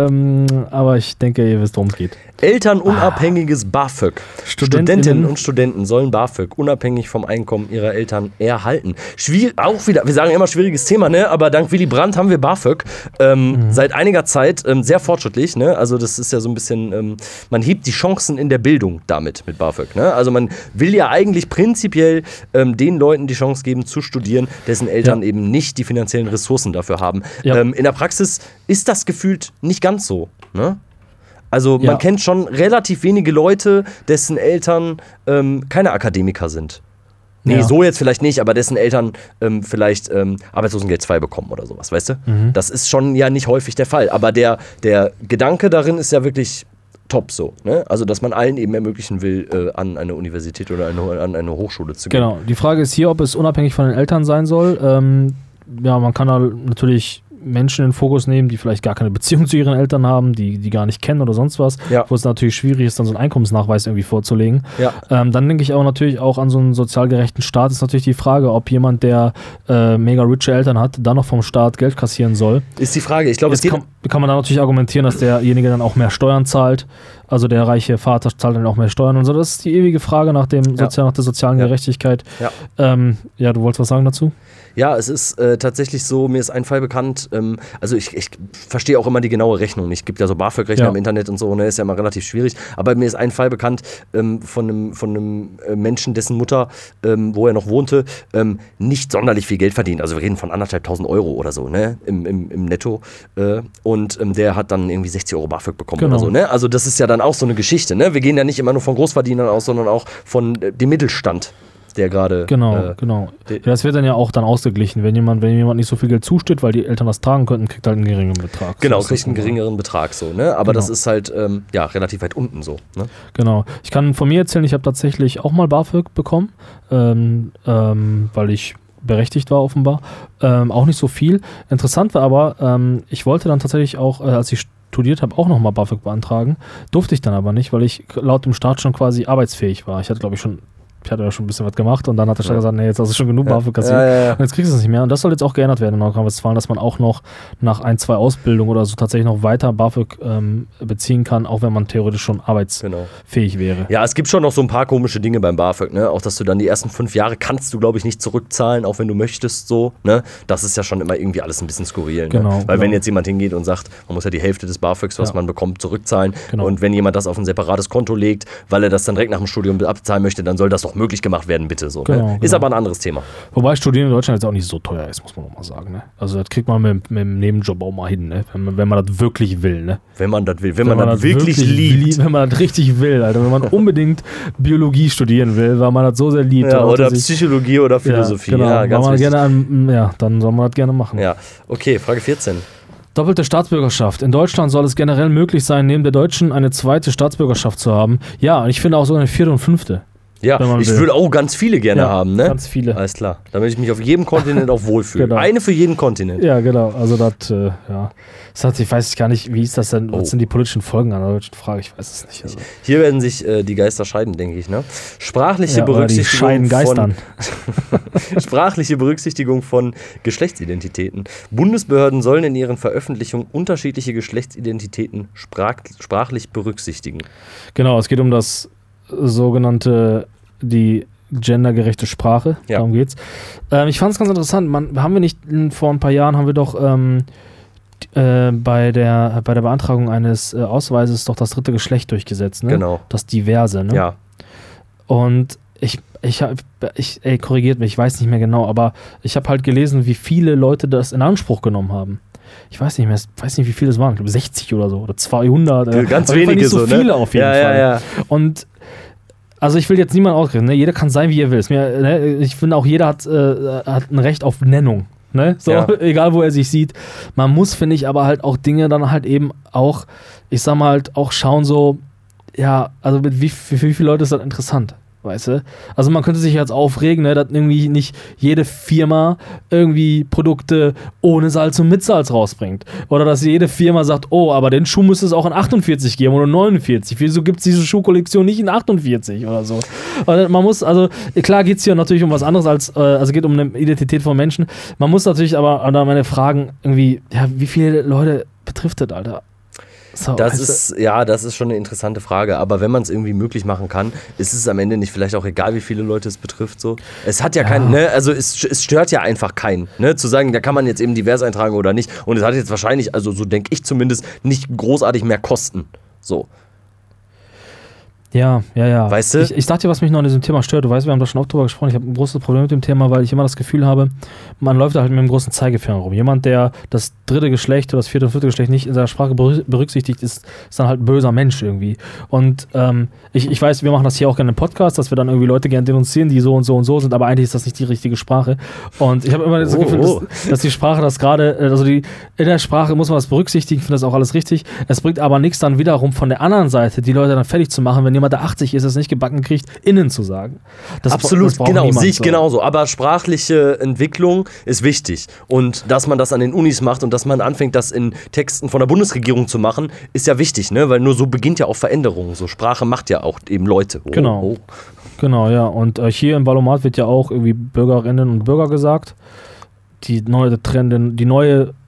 S1: aber ich denke, ihr wisst, worum es geht.
S2: Elternunabhängiges BAföG. Studentinnen und Studenten sollen BAföG unabhängig vom Einkommen ihrer Eltern erhalten. Auch wieder, wir sagen immer schwieriges Thema, ne? Aber dank Willy Brandt haben wir BAföG seit einiger Zeit sehr fortschrittlich. Ne? Also das ist ja so ein bisschen, man hebt die Chancen in der Bildung damit mit BAföG. Ne? Also man will ja eigentlich prinzipiell den Leuten die Chance geben zu studieren, dessen Eltern eben nicht die finanziellen Ressourcen dafür haben. Ja. In der Praxis ist das gefühlt nicht ganz so. Ne? Also man kennt schon relativ wenige Leute, dessen Eltern keine Akademiker sind. Nee, so jetzt vielleicht nicht, aber dessen Eltern vielleicht Arbeitslosengeld 2 bekommen oder sowas, weißt du? Mhm. Das ist schon ja nicht häufig der Fall. Aber der Gedanke darin ist ja wirklich top so. Ne? Also, dass man allen eben ermöglichen will, an eine Universität oder an eine Hochschule zu gehen.
S1: Genau. Die Frage ist hier, ob es unabhängig von den Eltern sein soll. Man kann da natürlich Menschen in den Fokus nehmen, die vielleicht gar keine Beziehung zu ihren Eltern haben, die gar nicht kennen oder sonst was, wo es natürlich schwierig ist, dann so einen Einkommensnachweis irgendwie vorzulegen. Ja. Dann denke ich aber natürlich auch an so einen sozial gerechten Staat ist natürlich die Frage, ob jemand, der mega riche Eltern hat, dann noch vom Staat Geld kassieren soll.
S2: Ist die Frage. Ich glaube,
S1: kann man da natürlich argumentieren, dass derjenige dann auch mehr Steuern zahlt. Also der reiche Vater zahlt dann auch mehr Steuern und so. Das ist die ewige Frage nach der sozialen Gerechtigkeit. Ja. Du wolltest was sagen dazu?
S2: Ja, es ist tatsächlich so, mir ist ein Fall bekannt, also ich verstehe auch immer die genaue Rechnung nicht. Es gibt ja so BAföG-Rechner im Internet und so, ne, ist ja immer relativ schwierig. Aber mir ist ein Fall bekannt von einem Menschen, dessen Mutter, wo er noch wohnte, nicht sonderlich viel Geld verdient. Also wir reden von 1.500 Euro oder so, ne, im Netto. Und der hat dann irgendwie 60 Euro BAföG bekommen oder so, ne. Also das ist ja dann auch so eine Geschichte, ne. Wir gehen ja nicht immer nur von Großverdienern aus, sondern auch von dem Mittelstand, der gerade...
S1: Genau. Das wird dann ja auch dann ausgeglichen. Wenn jemand nicht so viel Geld zusteht, weil die Eltern das tragen könnten, kriegt halt einen geringeren Betrag.
S2: Genau, kriegt einen geringeren Betrag so, ne? Aber das ist halt relativ weit unten so, ne?
S1: Genau. Ich kann von mir erzählen, ich habe tatsächlich auch mal BAföG bekommen, weil ich berechtigt war offenbar. Auch nicht so viel. Interessant war aber, ich wollte dann tatsächlich auch, als ich studiert habe, auch nochmal BAföG beantragen. Durfte ich dann aber nicht, weil ich laut dem Staat schon quasi arbeitsfähig war. Ich hatte ja schon ein bisschen was gemacht und dann hat der Staat gesagt, nee, jetzt hast du schon genug BAföG kassiert. Und jetzt kriegst du es nicht mehr. Und das soll jetzt auch geändert werden in Nordrhein-Westfalen, dass man auch noch nach 1-2 Ausbildungen oder so tatsächlich noch weiter BAföG beziehen kann, auch wenn man theoretisch schon arbeitsfähig wäre.
S2: Ja, es gibt schon noch so ein paar komische Dinge beim BAföG, ne? Auch, dass du dann die ersten 5 Jahre kannst du, glaube ich, nicht zurückzahlen, auch wenn du möchtest, so, ne? Das ist ja schon immer irgendwie alles ein bisschen skurril, ne?
S1: Genau.
S2: Weil wenn jetzt jemand hingeht und sagt, man muss ja die Hälfte des BAföGs, was man bekommt, zurückzahlen, und wenn jemand das auf ein separates Konto legt, weil er das dann direkt nach dem Studium abzahlen möchte, dann soll das doch möglich gemacht werden, bitte so.
S1: Genau.
S2: Ist aber ein anderes Thema.
S1: Wobei Studieren in Deutschland jetzt auch nicht so teuer ist, muss man auch mal sagen. Ne? Also das kriegt man mit dem Nebenjob auch mal hin, ne? Wenn man das wirklich will. Ne?
S2: Wenn man das will, wenn man das wirklich liebt.
S1: Wenn man das richtig will, Alter. Wenn man unbedingt Biologie studieren will, weil man das so sehr liebt.
S2: Ja, oder Psychologie oder Philosophie.
S1: Ja, genau.
S2: Ja, ganz wichtig.
S1: Dann soll man das gerne machen.
S2: Ja, okay, Frage 14.
S1: Doppelte Staatsbürgerschaft. In Deutschland soll es generell möglich sein, neben der deutschen eine zweite Staatsbürgerschaft zu haben. Ja, und ich finde auch so eine 4. und 5.
S2: Ja, ich würde auch ganz viele gerne haben, ne?
S1: Ganz viele.
S2: Alles klar. Damit ich mich auf jedem Kontinent auch wohlfühle.
S1: Genau.
S2: Eine für jeden Kontinent.
S1: Ja, genau. Also ich weiß gar nicht, wie ist das denn, was sind die politischen Folgen an der deutschen Frage? Ich weiß es nicht. Also.
S2: Hier werden sich die Geister scheiden, denke ich, ne? Sprachliche Berücksichtigung von Geschlechtsidentitäten. Bundesbehörden sollen in ihren Veröffentlichungen unterschiedliche Geschlechtsidentitäten sprachlich berücksichtigen.
S1: Genau, es geht um das sogenannte, die gendergerechte Sprache, darum geht's. Ich fand es ganz interessant, vor ein paar Jahren haben wir doch bei der Beantragung eines Ausweises doch das 3. Geschlecht durchgesetzt, ne?
S2: Genau.
S1: Das Diverse, ne?
S2: Ja.
S1: Und korrigiert mich, ich weiß nicht mehr genau, aber ich habe halt gelesen, wie viele Leute das in Anspruch genommen haben. Ich weiß nicht mehr, wie viele es waren, ich glaube 60 oder so, oder 200.
S2: Ganz wenige
S1: nicht so viele,
S2: ne?
S1: auf jeden Fall.
S2: Ja.
S1: Und also ich will jetzt niemanden ausgrenzen, ne? Jeder kann sein, wie er will. Ich finde auch, jeder hat ein Recht auf Nennung. Ne? So, egal wo er sich sieht. Man muss, finde ich, aber halt auch Dinge dann halt eben auch, ich sag mal halt auch schauen so, ja, also mit wie viele Leute ist das interessant? Weißt du? Also man könnte sich jetzt aufregen, ne, dass irgendwie nicht jede Firma irgendwie Produkte ohne Salz und mit Salz rausbringt. Oder dass jede Firma sagt, oh, aber den Schuh müsste es auch in 48 geben oder 49. Wieso gibt es diese Schuhkollektion nicht in 48 oder so? Und man muss, also klar geht es hier natürlich um was anderes als geht um eine Identität von Menschen. Man muss natürlich aber an meine Fragen irgendwie, ja, wie viele Leute betrifft das, Alter? So,
S2: das ist schon eine interessante Frage, aber wenn man es irgendwie möglich machen kann, ist es am Ende nicht vielleicht auch egal, wie viele Leute es betrifft, so. Es hat ja keinen, ne, also es stört ja einfach keinen, ne, zu sagen, da kann man jetzt eben divers eintragen oder nicht, und es hat jetzt wahrscheinlich, also so denke ich zumindest, nicht großartig mehr Kosten, so.
S1: Ja.
S2: Weißt du?
S1: Ich sag dir, was mich noch an diesem Thema stört. Du weißt, wir haben da schon oft drüber gesprochen. Ich habe ein großes Problem mit dem Thema, weil ich immer das Gefühl habe, man läuft da halt mit einem großen Zeigefinger rum. Jemand, der das 3. Geschlecht oder das 4. und 4. Geschlecht nicht in seiner Sprache berücksichtigt, ist dann halt ein böser Mensch irgendwie. Und ich weiß, wir machen das hier auch gerne im Podcast, dass wir dann irgendwie Leute gerne denunzieren, die so und so und so sind, aber eigentlich ist das nicht die richtige Sprache. Und ich habe immer das Gefühl, dass die Sprache das gerade, also in der Sprache muss man das berücksichtigen, ich finde das auch alles richtig. Es bringt aber nichts dann wiederum von der anderen Seite, die Leute dann fertig zu machen, wenn jemand, der 80 ist, es nicht gebacken kriegt, innen zu sagen.
S2: Absolut, genau, sehe ich genauso. Aber sprachliche Entwicklung ist wichtig. Und dass man das an den Unis macht und dass man anfängt, das in Texten von der Bundesregierung zu machen, ist ja wichtig, ne? Weil nur so beginnt ja auch Veränderung. So Sprache macht ja auch eben Leute.
S1: Genau, ja. Und hier im Valomat wird ja auch irgendwie Bürgerinnen und Bürger gesagt. Die neue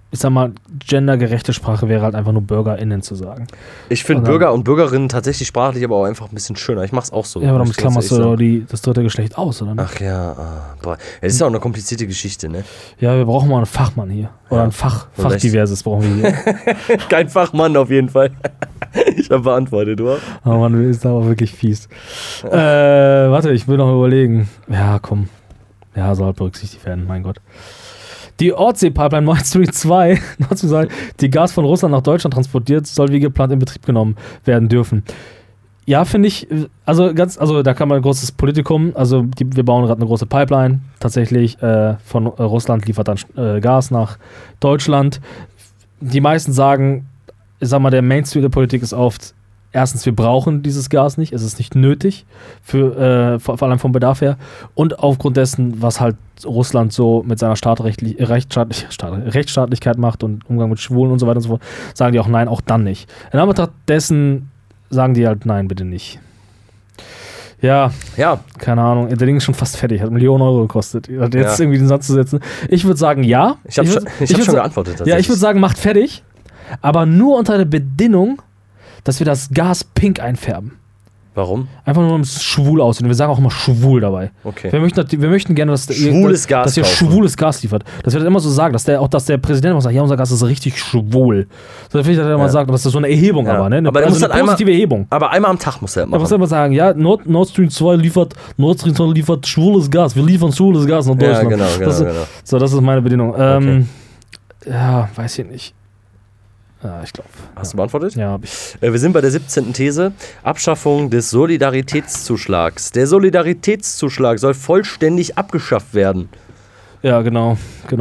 S1: ich sag mal, gendergerechte Sprache wäre halt einfach nur BürgerInnen zu sagen.
S2: Ich finde Bürger und Bürgerinnen tatsächlich sprachlich aber auch einfach ein bisschen schöner. Ich mach's auch so.
S1: Ja, aber damit klammerst du das dritte Geschlecht aus, oder?
S2: Ach ja, boah. Es ist ja auch eine komplizierte Geschichte, ne?
S1: Ja, wir brauchen mal einen Fachmann hier. Oder ein Fachdiverses brauchen wir hier.
S2: Kein Fachmann auf jeden Fall. Ich habe beantwortet, du?
S1: Oh Mann, du bist aber wirklich fies. Warte, ich will noch überlegen. Ja, komm. Ja, soll halt berücksichtigt werden, mein Ggott. Die Ostsee-Pipeline Nord Stream 2, die Gas von Russland nach Deutschland transportiert, soll wie geplant in Betrieb genommen werden dürfen. Ja, finde ich, also da kann man ein großes Politikum, also wir bauen gerade eine große Pipeline, tatsächlich von Russland liefert dann Gas nach Deutschland. Die meisten sagen, ich sag mal, der Mainstream der Politik ist oft, erstens, wir brauchen dieses Gas nicht, es ist nicht nötig, vor allem vom Bedarf her. Und aufgrund dessen, was halt Russland so mit seiner Rechtsstaatlichkeit macht und Umgang mit Schwulen und so weiter und so fort, sagen die auch nein, auch dann nicht. In Anbetracht dessen sagen die halt nein, bitte nicht. Ja, keine Ahnung, der Ding ist schon fast fertig, hat 1 Million Euro gekostet. Jetzt irgendwie den Satz zu setzen. Ich würde sagen, ja.
S2: Ich hab schon geantwortet.
S1: Ja, ich würde sagen, macht fertig, aber nur unter der Bedingung, dass wir das Gas pink einfärben.
S2: Warum?
S1: Einfach nur, um es schwul aussehen. Wir sagen auch immer schwul dabei.
S2: Okay.
S1: Wir möchten gerne, dass ihr schwules Gas liefert. Dass wir das immer so sagen, dass der Präsident immer sagt, ja, unser Gas ist richtig schwul. So, vielleicht hat er immer sagt, das ist so eine Erhebung aber, ne? Eine
S2: halt
S1: positive Erhebung.
S2: Aber einmal am Tag muss er machen.
S1: Er muss immer sagen, ja, Nord Stream 2 liefert schwules Gas. Wir liefern schwules Gas nach Deutschland.
S2: Ja, genau.
S1: So, das ist meine Bedingung.
S2: Okay.
S1: Ja, weiß ich nicht. Ja, ich glaube.
S2: Hast du beantwortet?
S1: Ja, habe ich.
S2: Wir sind bei der 17. These. Abschaffung des Solidaritätszuschlags. Der Solidaritätszuschlag soll vollständig abgeschafft werden.
S1: Ja, genau.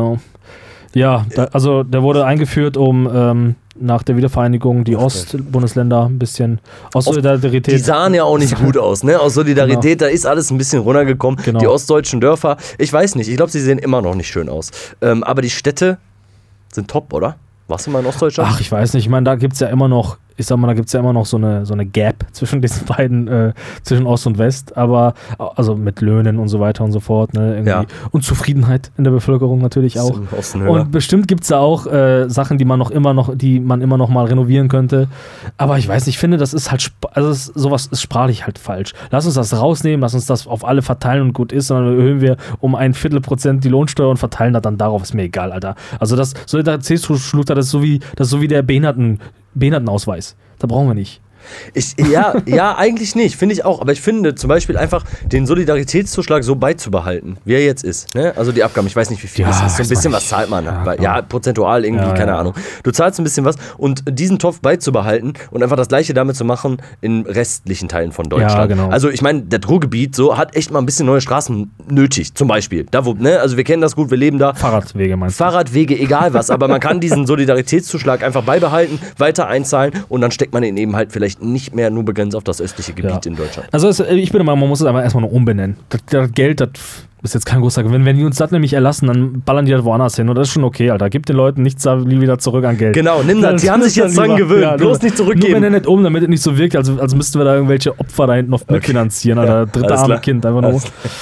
S1: Ja, der wurde eingeführt, um nach der Wiedervereinigung die Ostbundesländer ein bisschen aus Solidarität.
S2: Die sahen ja auch nicht gut aus, ne? Aus Solidarität, da ist alles ein bisschen runtergekommen. Genau. Die ostdeutschen Dörfer, ich weiß nicht, ich glaube, sie sehen immer noch nicht schön aus. Aber die Städte sind top, oder? Warst du mal in Ostdeutschland?
S1: Ach, ich weiß nicht. Ich meine, da gibt es ja immer noch, so eine Gap zwischen diesen beiden, zwischen Ost und West, aber also mit Löhnen und so weiter und so fort, ne, irgendwie. Ja. Und Zufriedenheit in der Bevölkerung natürlich auch. Und bestimmt gibt es da auch Sachen, die man immer noch mal renovieren könnte. Aber ich weiß nicht, ich finde, das ist halt, sowas ist sprachlich halt falsch. Lass uns das rausnehmen, lass uns das auf alle verteilen und gut ist, sondern erhöhen wir um 1/4% die Lohnsteuer und verteilen das dann darauf, ist mir egal, Alter. Also das Solidaritätszuschlag, das ist so wie der Behindertenausweis. Da brauchen wir nicht.
S2: Ja, eigentlich nicht, finde ich auch. Aber ich finde zum Beispiel einfach den Solidaritätszuschlag so beizubehalten, wie er jetzt ist. Ne? Also die Abgaben, ich weiß nicht, wie viel es ist. So ein bisschen was zahlt man. Ja, prozentual irgendwie, keine Ahnung. Du zahlst ein bisschen was und diesen Topf beizubehalten und einfach das Gleiche damit zu machen in restlichen Teilen von Deutschland.
S1: Ja, genau.
S2: Also ich meine, der Ruhrgebiet so hat echt mal ein bisschen neue Straßen nötig, zum Beispiel. Da wo, ne? Also wir kennen das gut, wir leben da.
S1: Fahrradwege meinst du?
S2: Fahrradwege, egal was. Aber man kann diesen Solidaritätszuschlag einfach beibehalten, weiter einzahlen und dann steckt man ihn eben halt vielleicht nicht mehr nur begrenzt auf das östliche Gebiet in Deutschland.
S1: Also ich bin der Meinung, man muss es aber erstmal noch umbenennen. Das Geld, das ist jetzt kein großer Gewinn. Wenn die uns das nämlich erlassen, dann ballern die das woanders hin. Und das ist schon okay, Alter. Gib den Leuten nichts wieder zurück an Geld.
S2: Genau, nimm das. Die haben sich jetzt dran gewöhnt. Bloß nicht zurückgeben.
S1: Nur benennen nicht um, damit es nicht so wirkt, als müssten wir da irgendwelche Opfer da hinten noch mitfinanzieren. Alter. Dritte arme Kind. Einfach nur.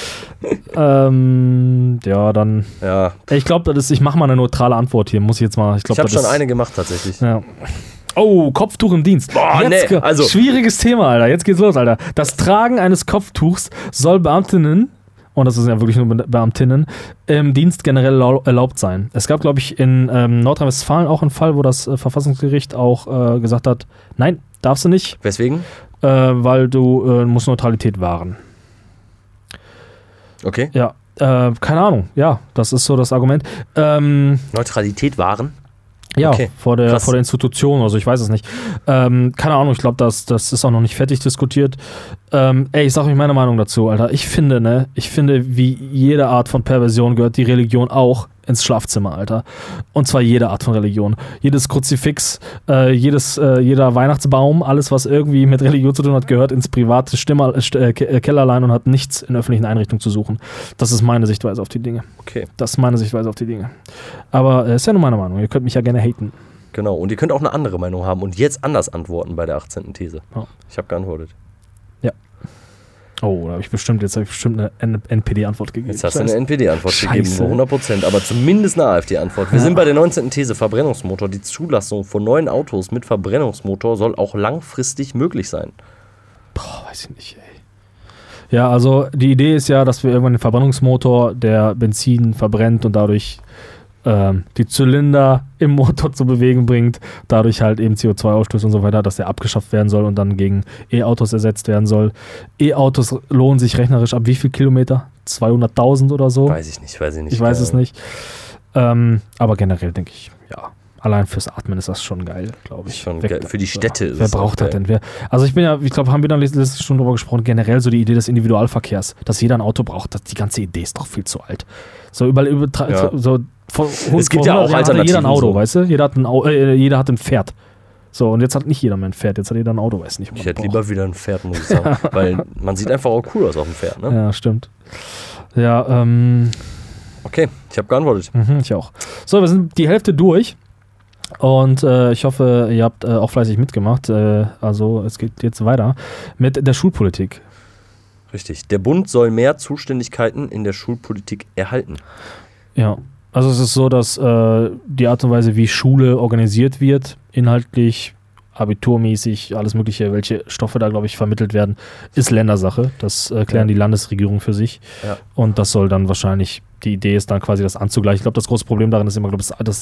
S1: Dann.
S2: Ja.
S1: Ich glaube, ich mache mal eine neutrale Antwort hier. Muss ich jetzt mal. Ich
S2: habe schon eine gemacht, tatsächlich.
S1: Ja. Oh, Kopftuch im Dienst.
S2: Boah,
S1: schwieriges Thema, Alter. Jetzt geht's los, Alter. Das Tragen eines Kopftuchs soll Beamtinnen, und das sind ja wirklich nur Beamtinnen, im Dienst generell erlaubt sein. Es gab, glaube ich, in Nordrhein-Westfalen auch einen Fall, wo das Verfassungsgericht auch gesagt hat, nein, darfst du nicht.
S2: Weswegen?
S1: Weil du musst Neutralität wahren.
S2: Okay.
S1: Ja, keine Ahnung. Ja, das ist so das Argument.
S2: Neutralität wahren?
S1: Ja, okay. vor der Institution, also ich weiß es nicht. Keine Ahnung, ich glaube, das ist auch noch nicht fertig diskutiert. Ich sage euch meine Meinung dazu, Alter. Ich finde, wie jede Art von Perversion gehört die Religion auch ins Schlafzimmer, Alter. Und zwar jede Art von Religion. Jedes Kruzifix, jeder Weihnachtsbaum, alles, was irgendwie mit Religion zu tun hat, gehört ins private Kellerlein und hat nichts in öffentlichen Einrichtungen zu suchen. Das ist meine Sichtweise auf die Dinge.
S2: Okay.
S1: Das ist meine Sichtweise auf die Dinge. Aber ist ja nur meine Meinung. Ihr könnt mich ja gerne haten.
S2: Genau. Und ihr könnt auch eine andere Meinung haben und jetzt anders antworten bei der 18. These.
S1: Oh.
S2: Ich habe geantwortet.
S1: Ja. Oh, jetzt habe ich bestimmt eine NPD-Antwort gegeben.
S2: Jetzt hast du eine NPD-Antwort gegeben, 100%, aber zumindest eine AfD-Antwort. Wir sind bei der 19. These, Verbrennungsmotor. Die Zulassung von neuen Autos mit Verbrennungsmotor soll auch langfristig möglich sein.
S1: Boah, weiß ich nicht, ey. Ja, also die Idee ist ja, dass wir irgendwann den Verbrennungsmotor, der Benzin verbrennt und dadurch die Zylinder im Motor zu bewegen bringt, dadurch halt eben CO2-Ausstoß und so weiter, dass der abgeschafft werden soll und dann gegen E-Autos ersetzt werden soll. E-Autos lohnen sich rechnerisch ab wie viel Kilometer? 200.000 oder so?
S2: Weiß ich nicht.
S1: Ich weiß es nicht. Aber generell denke ich, ja, allein fürs Atmen ist das schon geil, glaube ich.
S2: Schon geil. Für die Städte ist es.
S1: Wer braucht das denn? Ich glaube, haben wir dann letztens schon drüber gesprochen, generell so die Idee des Individualverkehrs, dass jeder ein Auto braucht, die ganze Idee ist doch viel zu alt. So
S2: es gibt ja auch Alternativen.
S1: Jeder ein Auto, so. Weißt du? Jeder hat ein Pferd. So, und jetzt hat nicht jeder mehr ein Pferd, jetzt hat jeder ein Auto, weiß nicht.
S2: Ich hätte lieber wieder ein Pferd, muss ich sagen. Weil man sieht einfach auch cool aus auf dem Pferd, ne?
S1: Ja, stimmt. Ja,
S2: okay, ich habe geantwortet.
S1: Ich auch. So, wir sind die Hälfte durch. Und ich hoffe, ihr habt auch fleißig mitgemacht. Also es geht jetzt weiter mit der Schulpolitik.
S2: Richtig. Der Bund soll mehr Zuständigkeiten in der Schulpolitik erhalten.
S1: Ja, also es ist so, dass die Art und Weise, wie Schule organisiert wird, inhaltlich, abiturmäßig, alles mögliche, welche Stoffe da, glaube ich, vermittelt werden, ist Ländersache. Das klären die Landesregierung für sich. Ja. Und das soll dann wahrscheinlich, die Idee ist dann quasi das anzugleichen. Ich glaube, das große Problem darin ist immer, dass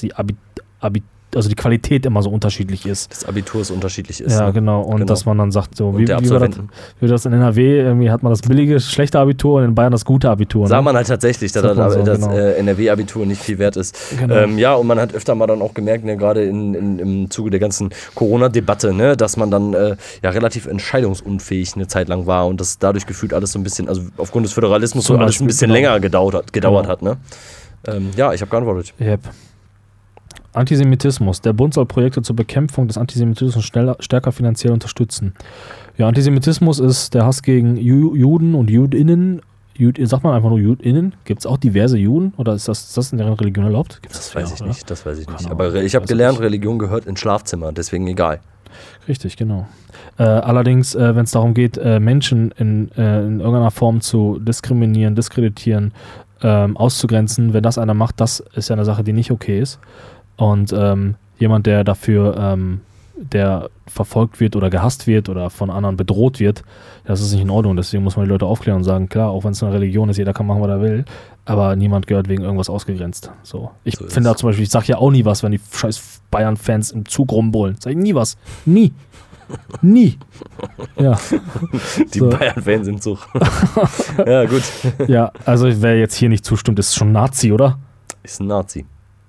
S1: die Qualität immer so unterschiedlich ist.
S2: Das Abitur ist unterschiedlich ist.
S1: Ja, genau. Und dass man dann sagt, so, wie war das in NRW? Irgendwie hat man das billige, schlechte Abitur und in Bayern das gute Abitur.
S2: Sah man halt tatsächlich, dass NRW-Abitur nicht viel wert ist. Genau. Ja, und man hat öfter mal dann auch gemerkt, ne, gerade im Zuge der ganzen Corona-Debatte, ne, dass man dann relativ entscheidungsunfähig eine Zeit lang war und das dadurch gefühlt alles so ein bisschen, also aufgrund des Föderalismus so alles ein bisschen länger gedauert hat. Ne? Ja, ich habe geantwortet.
S1: Yep. Antisemitismus. Der Bund soll Projekte zur Bekämpfung des Antisemitismus stärker finanziell unterstützen. Ja, Antisemitismus ist der Hass gegen Juden und Judinnen. Sagt man einfach nur Judinnen? Gibt es auch diverse Juden? Oder ist das in deren Religion erlaubt?
S2: Das weiß ich nicht. Aber ich habe gelernt, Religion gehört ins Schlafzimmer, deswegen egal.
S1: Richtig, genau. Allerdings, wenn es darum geht, Menschen in irgendeiner Form zu diskriminieren, diskreditieren, auszugrenzen, wenn das einer macht, das ist ja eine Sache, die nicht okay ist. Und jemand, der dafür der verfolgt wird oder gehasst wird oder von anderen bedroht wird, das ist nicht in Ordnung. Deswegen muss man die Leute aufklären und sagen, klar, auch wenn es eine Religion ist, jeder kann machen, was er will, aber niemand gehört wegen irgendwas ausgegrenzt. So. Ich finde da zum Beispiel, ich sage ja auch nie was, wenn die scheiß Bayern-Fans im Zug rumbrüllen. Sag ich nie was. Nie. Nie. Ja.
S2: Die Bayern-Fans im Zug. Ja, gut.
S1: Ja, also wer jetzt hier nicht zustimmt, ist schon Nazi, oder?
S2: Ist ein Nazi.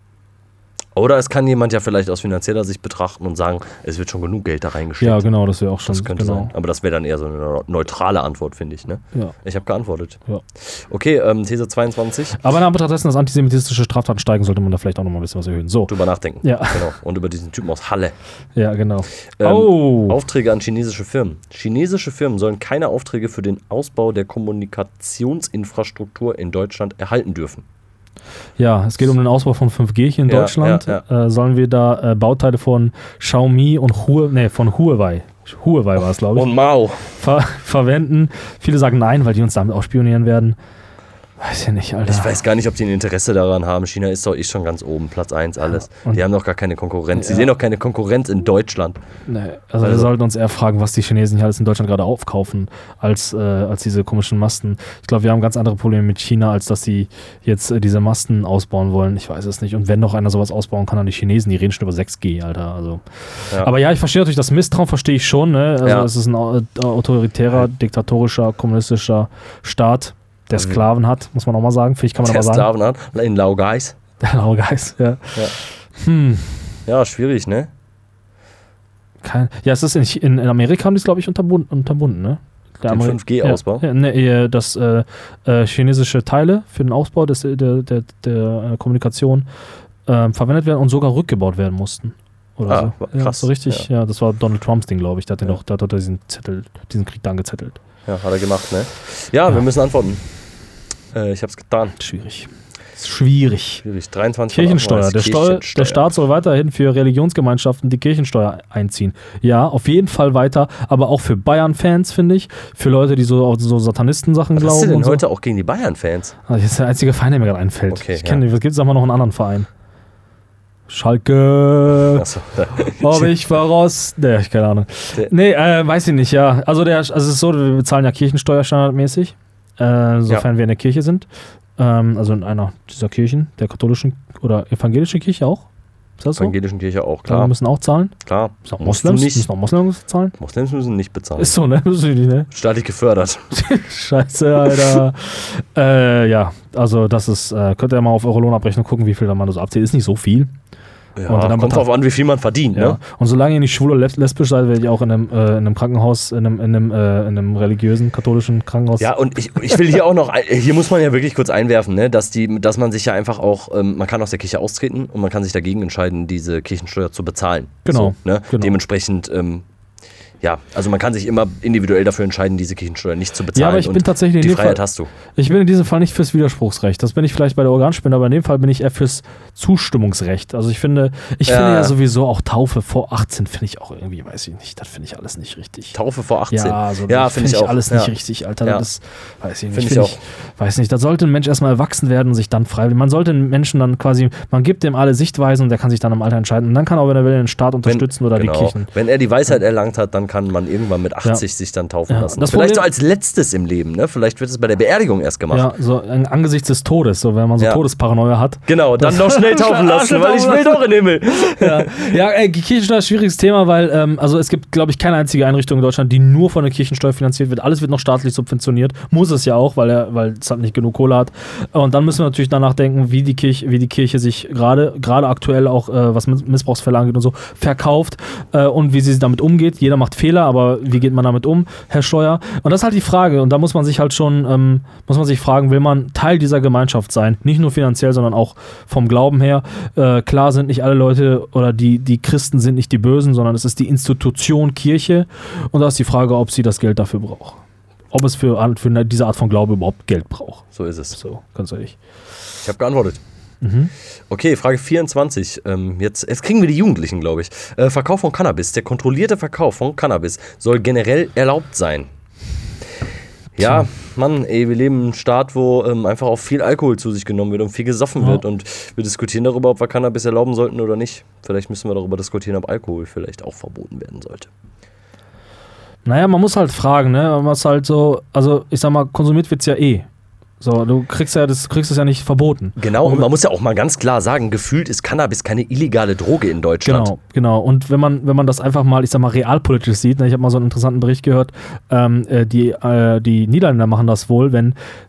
S2: Oder es kann jemand ja vielleicht aus finanzieller Sicht betrachten und sagen, es wird schon genug Geld da reingesteckt.
S1: Ja, genau, das wäre auch schon.
S2: Das könnte sein. Aber das wäre dann eher so eine neutrale Antwort, finde ich. Ne?
S1: Ja.
S2: Ich habe geantwortet.
S1: Ja.
S2: Okay, These 22.
S1: Aber in Anbetracht dessen, dass antisemitische Straftaten steigen, sollte man da vielleicht auch nochmal ein bisschen was erhöhen. So.
S2: Drüber nachdenken.
S1: Ja.
S2: Genau. Und über diesen Typen aus Halle.
S1: Ja, genau.
S2: Aufträge an chinesische Firmen. Chinesische Firmen sollen keine Aufträge für den Ausbau der Kommunikationsinfrastruktur in Deutschland erhalten dürfen.
S1: Ja, es geht um den Ausbau von 5G hier in Deutschland. Ja. Sollen wir da Bauteile von Xiaomi und von Huawei war es, glaube ich.
S2: Und Mao.
S1: Verwenden. Viele sagen nein, weil die uns damit auch spionieren werden. Weiß ja nicht, Alter.
S2: Ich weiß gar nicht, ob die ein Interesse daran haben. China ist doch schon ganz oben, Platz 1, alles. Ja, die haben doch gar keine Konkurrenz. Sie sehen doch keine Konkurrenz in Deutschland.
S1: Nee, also wir sollten uns eher fragen, was die Chinesen hier alles in Deutschland gerade aufkaufen, als diese komischen Masten. Ich glaube, wir haben ganz andere Probleme mit China, als dass sie jetzt diese Masten ausbauen wollen. Ich weiß es nicht. Und wenn doch einer sowas ausbauen kann, dann die Chinesen, die reden schon über 6G, Alter. Also. Ja. Aber ja, ich verstehe natürlich das Misstrauen, verstehe ich schon. Ne? Also es ist ein autoritärer, diktatorischer, kommunistischer Staat, der Sklaven hat, muss man auch mal sagen. Kann man
S2: der
S1: sagen.
S2: Sklaven hat, in Laogeis.
S1: Der Laogeis, ja.
S2: Ja, schwierig, ne?
S1: Es ist in Amerika haben die es, glaube ich, unterbunden, ne?
S2: Der 5G-Ausbau?
S1: Ja, dass chinesische Teile für den Ausbau der Kommunikation verwendet werden und sogar rückgebaut werden mussten. Oder so. Krass. Ja, so richtig, ja, das war Donald Trumps Ding, glaube ich. Der hat diesen Krieg da angezettelt.
S2: Ja, hat er gemacht, ne? Ja, wir müssen antworten. Ich hab's getan.
S1: Schwierig. Schwierig.
S2: 23
S1: Kirchensteuer. Der Staat soll weiterhin für Religionsgemeinschaften die Kirchensteuer einziehen. Ja, auf jeden Fall weiter, aber auch für Bayern-Fans, finde ich. Für Leute, die so Satanisten-Sachen glauben. Was ist
S2: denn heute auch gegen die Bayern-Fans?
S1: Das ist der einzige Verein, der mir gerade einfällt.
S2: Okay,
S1: was gibt es aber noch einen anderen Verein? Schalke. Achso. Ob ich voraus. Ne, keine Ahnung. Weiß ich nicht, ja. Also es ist so, wir bezahlen ja Kirchensteuer standardmäßig, sofern wir in der Kirche sind. Also in einer dieser Kirchen, der katholischen oder evangelischen Kirche auch. Ist das so?
S2: Evangelischen Kirche auch, klar.
S1: Wir müssen auch zahlen.
S2: Klar.
S1: Moslems? Müssen auch Moslems zahlen?
S2: Moslems müssen nicht bezahlen.
S1: Ist so, ne? Müssen die nicht, ne?
S2: Staatlich gefördert.
S1: Scheiße, Alter. Ja, also das ist, könnt ihr mal auf eure Lohnabrechnung gucken, wie viel da man so abzieht. Ist nicht so viel.
S2: Ja, kommt drauf an, wie viel man verdient,
S1: ja.
S2: Ne?
S1: Und solange ihr nicht schwul oder lesbisch seid, werde ich auch in einem Krankenhaus, in einem religiösen, katholischen Krankenhaus.
S2: Ja, und ich will hier auch noch, hier muss man ja wirklich kurz einwerfen, ne, dass man sich ja einfach auch, man kann aus der Kirche austreten und man kann sich dagegen entscheiden, diese Kirchensteuer zu bezahlen.
S1: Genau.
S2: So, ne?
S1: Genau.
S2: Dementsprechend, ja, also man kann sich immer individuell dafür entscheiden, diese Kirchensteuer nicht zu bezahlen.
S1: Ja, aber ich bin tatsächlich
S2: die Freiheit hast du.
S1: Ich bin in diesem Fall nicht fürs Widerspruchsrecht. Das bin ich vielleicht bei der Organspende, aber in dem Fall bin ich eher fürs Zustimmungsrecht. Also ich finde ja sowieso auch Taufe vor 18 finde ich auch irgendwie, weiß ich nicht, das finde ich alles nicht richtig.
S2: Taufe vor 18?
S1: Ja, finde ich auch alles nicht richtig, Alter. Ja. Das weiß ich nicht. Weiß nicht, da sollte ein Mensch erstmal erwachsen werden und sich dann freiwillig. Man sollte einen Menschen dann quasi, man gibt dem alle Sichtweisen und der kann sich dann im Alter entscheiden. Und dann kann auch, wenn er will, den Staat unterstützen oder die Kirchen.
S2: Wenn er die Weisheit erlangt hat, dann kann man irgendwann mit 80 sich dann taufen lassen. Das vielleicht so als letztes im Leben, ne? Vielleicht wird es bei der Beerdigung erst gemacht.
S1: Ja, so angesichts des Todes, so wenn man so Todesparanoia hat.
S2: Genau, dann noch schnell taufen lassen, weil ich will doch in den Himmel.
S1: Die Kirchensteuer ist ein schwieriges Thema, weil also es gibt, glaube ich, keine einzige Einrichtung in Deutschland, die nur von der Kirchensteuer finanziert wird. Alles wird noch staatlich subventioniert. Muss es ja auch, weil es halt nicht genug Kohle hat. Und dann müssen wir natürlich danach denken, wie die Kirche sich gerade aktuell auch, was Missbrauchsfälle angeht und so, verkauft und wie sie damit umgeht. Jeder macht Fehler, aber wie geht man damit um, Herr Steuer? Und das ist halt die Frage. Und da muss man sich halt schon, fragen, will man Teil dieser Gemeinschaft sein? Nicht nur finanziell, sondern auch vom Glauben her. Klar sind nicht alle Leute oder die Christen sind nicht die Bösen, sondern es ist die Institution Kirche. Und da ist die Frage, ob sie das Geld dafür braucht. Ob es für diese Art von Glaube überhaupt Geld braucht.
S2: So ist es.
S1: So, ganz ehrlich.
S2: Ich habe geantwortet. Okay, Frage 24. Jetzt kriegen wir die Jugendlichen, glaube ich. Verkauf von Cannabis. Der kontrollierte Verkauf von Cannabis soll generell erlaubt sein. Ja, Mann, wir leben in einem Staat, wo einfach auch viel Alkohol zu sich genommen wird und viel gesoffen wird. Und wir diskutieren darüber, ob wir Cannabis erlauben sollten oder nicht. Vielleicht müssen wir darüber diskutieren, ob Alkohol vielleicht auch verboten werden sollte.
S1: Naja, man muss halt fragen, ne? Was halt so, also ich sag mal, konsumiert wird's ja eh. So, du kriegst es ja nicht verboten.
S2: Genau, und man muss ja auch mal ganz klar sagen, gefühlt ist Cannabis keine illegale Droge in Deutschland.
S1: Genau. Und wenn man das einfach mal, ich sag mal, realpolitisch sieht, ne, ich habe mal so einen interessanten Bericht gehört, die Niederländer machen das wohl, wenn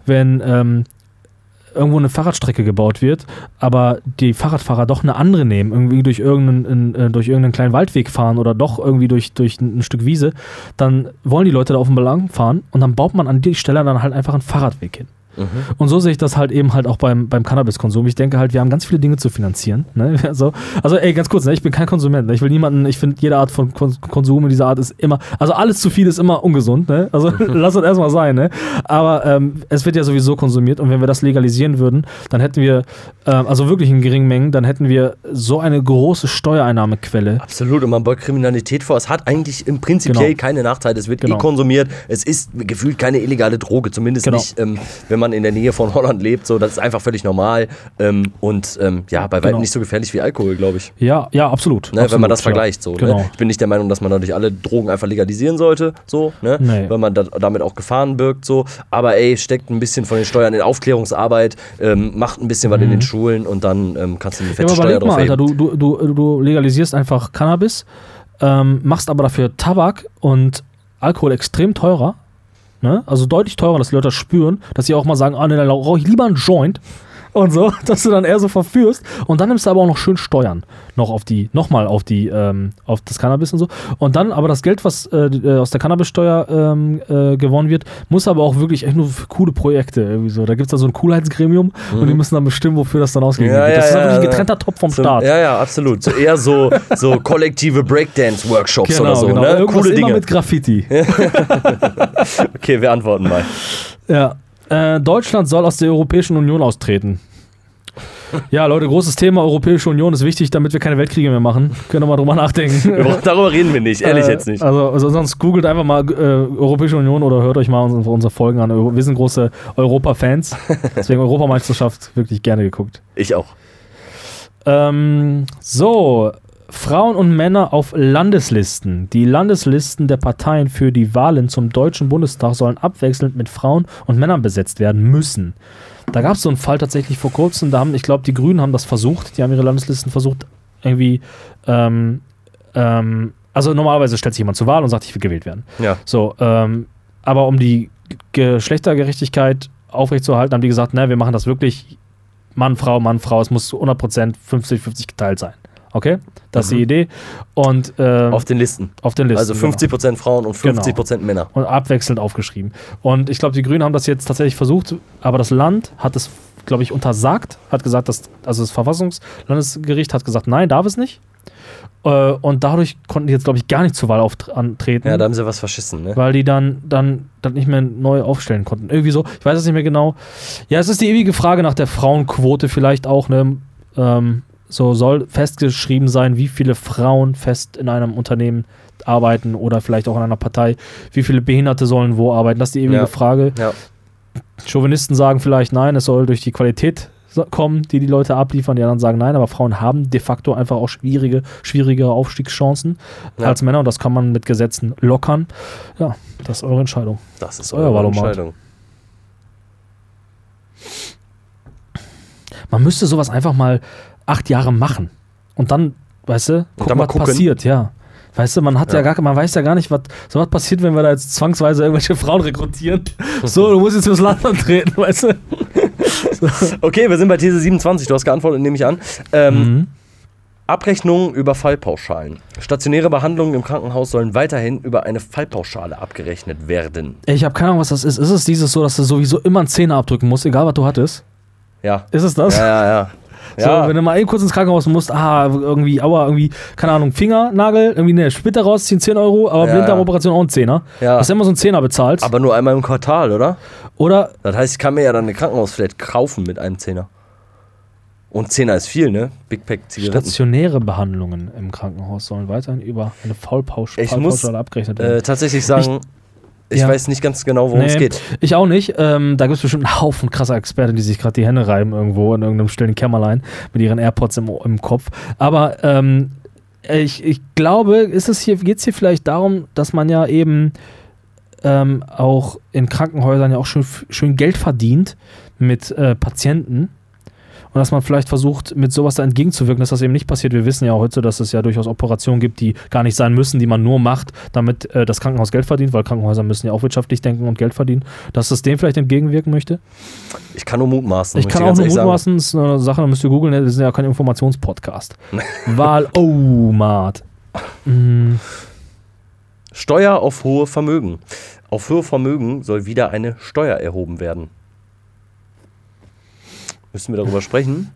S1: irgendwo eine Fahrradstrecke gebaut wird, aber die Fahrradfahrer doch eine andere nehmen, irgendwie durch irgendeinen kleinen Waldweg fahren oder doch irgendwie durch ein Stück Wiese, dann wollen die Leute da auf dem Belang fahren und dann baut man an die Stelle dann halt einfach einen Fahrradweg hin. Und so sehe ich das halt eben halt auch beim Cannabiskonsum. Ich denke halt, wir haben ganz viele Dinge zu finanzieren. Ne? Also ganz kurz, ne? Ich bin kein Konsument. Ne? Ich finde, jede Art von Konsum in dieser Art ist immer, also alles zu viel ist immer ungesund. Ne? Also lass das erstmal sein. Ne? Aber es wird ja sowieso konsumiert und wenn wir das legalisieren würden, dann hätten wir, also wirklich in geringen Mengen, dann hätten wir so eine große Steuereinnahmequelle.
S2: Absolut, und man beugt Kriminalität vor. Es hat eigentlich im Prinzipiell keine Nachteile. Es wird konsumiert. Es ist gefühlt keine illegale Droge, zumindest nicht, wenn man in der Nähe von Holland lebt, so, das ist einfach völlig normal bei weitem nicht so gefährlich wie Alkohol, glaube ich.
S1: Ja, absolut.
S2: Ne, wenn man das vergleicht, so. Genau. Ne? Ich bin nicht der Meinung, dass man dadurch alle Drogen einfach legalisieren sollte, so, ne? Nee. Weil man damit auch Gefahren birgt, so. Aber steckt ein bisschen von den Steuern in Aufklärungsarbeit, macht ein bisschen was in den Schulen und dann kannst du eine fette Steuer drauf
S1: Alter, du legalisierst einfach Cannabis, machst aber dafür Tabak und Alkohol extrem teurer. Ne? Also deutlich teurer, dass die Leute das spüren, dass sie auch mal sagen, dann rauche ich lieber einen Joint und so, dass du dann eher so verführst und dann nimmst du aber auch noch schön Steuern noch auf das Cannabis und so und dann aber das Geld, was aus der Cannabissteuer gewonnen wird, muss aber auch wirklich echt nur für coole Projekte irgendwie so. Da gibt es da so ein Coolheitsgremium und die müssen dann bestimmen, wofür das dann ausgegeben wird. Das ist wirklich ein getrennter Topf vom Staat.
S2: Ja, absolut. So eher so kollektive Breakdance-Workshops oder so.
S1: Genau.
S2: Ne?
S1: Irgendwas coole Dinge. Immer mit Graffiti.
S2: Okay, wir antworten mal.
S1: Ja. Deutschland soll aus der Europäischen Union austreten. Ja, Leute, großes Thema, Europäische Union ist wichtig, damit wir keine Weltkriege mehr machen. Können wir mal drüber nachdenken.
S2: Darüber reden wir nicht, ehrlich jetzt nicht.
S1: Also sonst googelt einfach mal Europäische Union oder hört euch mal unsere Folgen an. Wir sind große Europa-Fans, deswegen Europameisterschaft wirklich gerne geguckt.
S2: Ich auch.
S1: So, Frauen und Männer auf Landeslisten. Die Landeslisten der Parteien für die Wahlen zum Deutschen Bundestag sollen abwechselnd mit Frauen und Männern besetzt werden müssen. Da gab es so einen Fall tatsächlich vor kurzem, ich glaube, die Grünen haben das versucht, die haben ihre Landeslisten versucht, irgendwie, also normalerweise stellt sich jemand zur Wahl und sagt, ich will gewählt werden.
S2: Ja.
S1: So, aber um die Geschlechtergerechtigkeit aufrechtzuerhalten, haben die gesagt, ne, wir machen das wirklich Mann, Frau, es muss zu 100% 50-50 geteilt sein. Okay? Das ist die Idee. Und,
S2: auf den Listen. Also 50%
S1: genau.
S2: Frauen und 50% Männer.
S1: Und abwechselnd aufgeschrieben. Und ich glaube, die Grünen haben das jetzt tatsächlich versucht, aber das Land hat es, glaube ich, untersagt, hat gesagt, also das Verfassungslandesgericht hat gesagt, nein, darf es nicht. Und dadurch konnten die jetzt, glaube ich, gar nicht zur Wahl antreten.
S2: Ja, da haben sie was verschissen, ne?
S1: Weil die dann nicht mehr neu aufstellen konnten. Irgendwie so, ich weiß es nicht mehr genau. Ja, es ist die ewige Frage nach der Frauenquote vielleicht auch, ne? So soll festgeschrieben sein, wie viele Frauen fest in einem Unternehmen arbeiten oder vielleicht auch in einer Partei. Wie viele Behinderte sollen wo arbeiten? Das ist die ewige Frage. Ja. Chauvinisten sagen vielleicht, nein, es soll durch die Qualität kommen, die Leute abliefern. Die anderen sagen nein, aber Frauen haben de facto einfach auch schwierigere Aufstiegschancen als Männer und das kann man mit Gesetzen lockern. Ja, das ist eure Entscheidung.
S2: Das ist eure Entscheidung.
S1: Man müsste sowas einfach mal 8 Jahre machen und dann, weißt du, gucken, was passiert, ja. Weißt du, man weiß ja gar nicht, was passiert, wenn wir da jetzt zwangsweise irgendwelche Frauen rekrutieren. So, du musst jetzt fürs Land antreten, weißt du.
S2: So. Okay, wir sind bei These 27, du hast geantwortet, nehme ich an. Abrechnungen über Fallpauschalen. Stationäre Behandlungen im Krankenhaus sollen weiterhin über eine Fallpauschale abgerechnet werden.
S1: Ich habe keine Ahnung, was das ist. Ist es dieses so, dass du sowieso immer einen Zehner abdrücken musst, egal was du hattest?
S2: Ja.
S1: Ist es das?
S2: Ja.
S1: So, wenn du mal eben kurz ins Krankenhaus musst, irgendwie, keine Ahnung, Fingernagel, irgendwie eine Splitter rausziehen, 10 €, aber Blinddarmoperation auch ein Zehner.
S2: Ja.
S1: Hast du immer so einen Zehner bezahlt.
S2: Aber nur einmal im Quartal, oder?
S1: Oder?
S2: Das heißt, ich kann mir ja dann eine Krankenhausflat kaufen mit einem Zehner. Und 10er ist viel, ne? Big Pack Zigaretten.
S1: Stationäre Behandlungen im Krankenhaus sollen weiterhin über eine Fallpauschale abgerechnet werden.
S2: Ich muss tatsächlich sagen, ich weiß nicht ganz genau, worum es geht.
S1: Ich auch nicht. Da gibt es bestimmt einen Haufen krasser Experten, die sich gerade die Hände reiben irgendwo in irgendeinem stillen Kämmerlein mit ihren AirPods im Kopf. Aber ich glaube, geht es hier vielleicht darum, dass man ja eben auch in Krankenhäusern ja auch schön Geld verdient mit Patienten. Und dass man vielleicht versucht, mit sowas da entgegenzuwirken, dass das eben nicht passiert. Wir wissen ja heute, dass es ja durchaus Operationen gibt, die gar nicht sein müssen, die man nur macht, damit das Krankenhaus Geld verdient, weil Krankenhäuser müssen ja auch wirtschaftlich denken und Geld verdienen. Dass es dem vielleicht entgegenwirken möchte?
S2: Ich kann nur mutmaßen.
S1: Ich kann auch nur mutmaßen. Das ist eine Sache, da müsst ihr googeln. Das ist ja kein Informationspodcast. Wahl-O-Mat.
S2: Steuer auf hohe Vermögen. Auf hohe Vermögen soll wieder eine Steuer erhoben werden. Müssen wir darüber sprechen?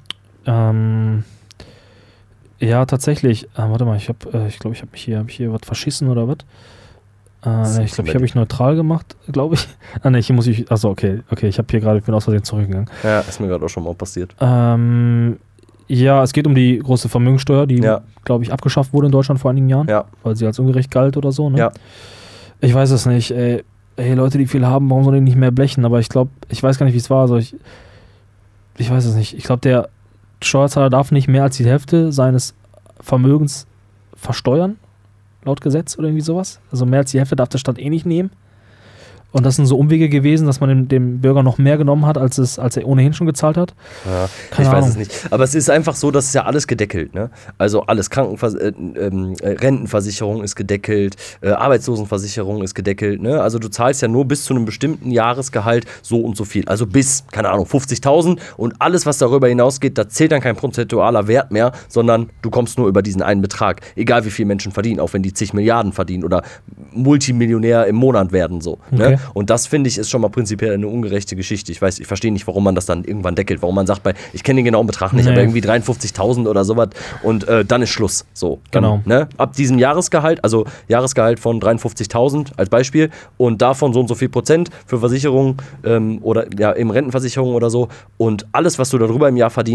S1: Ja, tatsächlich. Warte mal, ich glaube, ich habe hier was verschissen oder was? Ich glaube, ich habe mich neutral gemacht, glaube ich. Hier muss ich. Achso, okay, ich habe hier gerade, bin aus Versehen zurückgegangen.
S2: Ja, ist mir gerade auch schon mal passiert.
S1: Ja, es geht um die große Vermögenssteuer, die, glaube ich, abgeschafft wurde in Deutschland vor einigen Jahren, weil sie als ungerecht galt oder so. Ne? Ja. Ich weiß es nicht. Ey, Leute, die viel haben, warum sollen die nicht mehr blechen? Aber ich weiß gar nicht, wie es war. Also ich weiß es nicht. Ich glaube, der Steuerzahler darf nicht mehr als die Hälfte seines Vermögens versteuern, laut Gesetz oder irgendwie sowas. Also mehr als die Hälfte darf der Staat nicht nehmen. Und das sind so Umwege gewesen, dass man dem Bürger noch mehr genommen hat, als er ohnehin schon gezahlt hat.
S2: Ja, ich weiß es nicht. Aber es ist einfach so, dass es ja alles gedeckelt, ne? Also alles, Rentenversicherung ist gedeckelt, Arbeitslosenversicherung ist gedeckelt, ne? Also du zahlst ja nur bis zu einem bestimmten Jahresgehalt so und so viel. Also bis, keine Ahnung, 50.000 und alles, was darüber hinausgeht, da zählt dann kein prozentualer Wert mehr, sondern du kommst nur über diesen einen Betrag. Egal wie viel Menschen verdienen, auch wenn die zig Milliarden verdienen oder Multimillionär im Monat werden, so. Okay. Ne? Und das, finde ich, ist schon mal prinzipiell eine ungerechte Geschichte. Ich verstehe nicht, warum man das dann irgendwann deckelt, warum man sagt, ich kenne den genauen Betrag nicht, aber irgendwie 53.000 oder sowas und dann ist Schluss. So, dann,
S1: genau.
S2: Ne? Ab diesem Jahresgehalt, also Jahresgehalt von 53.000 als Beispiel und davon so und so viel Prozent für Versicherungen oder ja, eben Rentenversicherung oder so und alles, was du darüber im Jahr verdienst,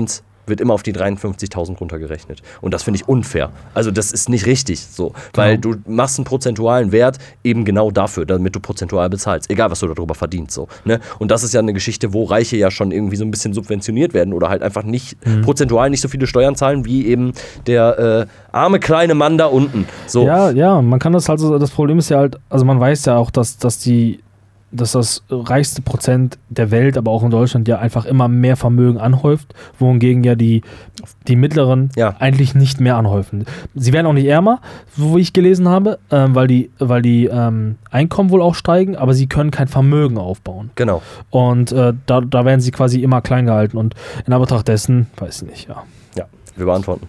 S2: wird immer auf die 53.000 runtergerechnet. Und das finde ich unfair. Also das ist nicht richtig so, weil du machst einen prozentualen Wert eben genau dafür, damit du prozentual bezahlst, egal was du darüber verdienst. So, ne? Und das ist ja eine Geschichte, wo Reiche ja schon irgendwie so ein bisschen subventioniert werden oder halt einfach nicht prozentual nicht so viele Steuern zahlen, wie eben der arme kleine Mann da unten. So.
S1: Ja, man kann das halt so, das Problem ist ja halt, also man weiß ja auch, dass das reichste Prozent der Welt, aber auch in Deutschland ja einfach immer mehr Vermögen anhäuft, wohingegen ja die mittleren eigentlich nicht mehr anhäufen. Sie werden auch nicht ärmer, so wie ich gelesen habe, weil die Einkommen wohl auch steigen, aber sie können kein Vermögen aufbauen.
S2: Genau.
S1: Und da werden sie quasi immer klein gehalten und in Anbetracht dessen, weiß ich nicht,
S2: Ja, wir beantworten.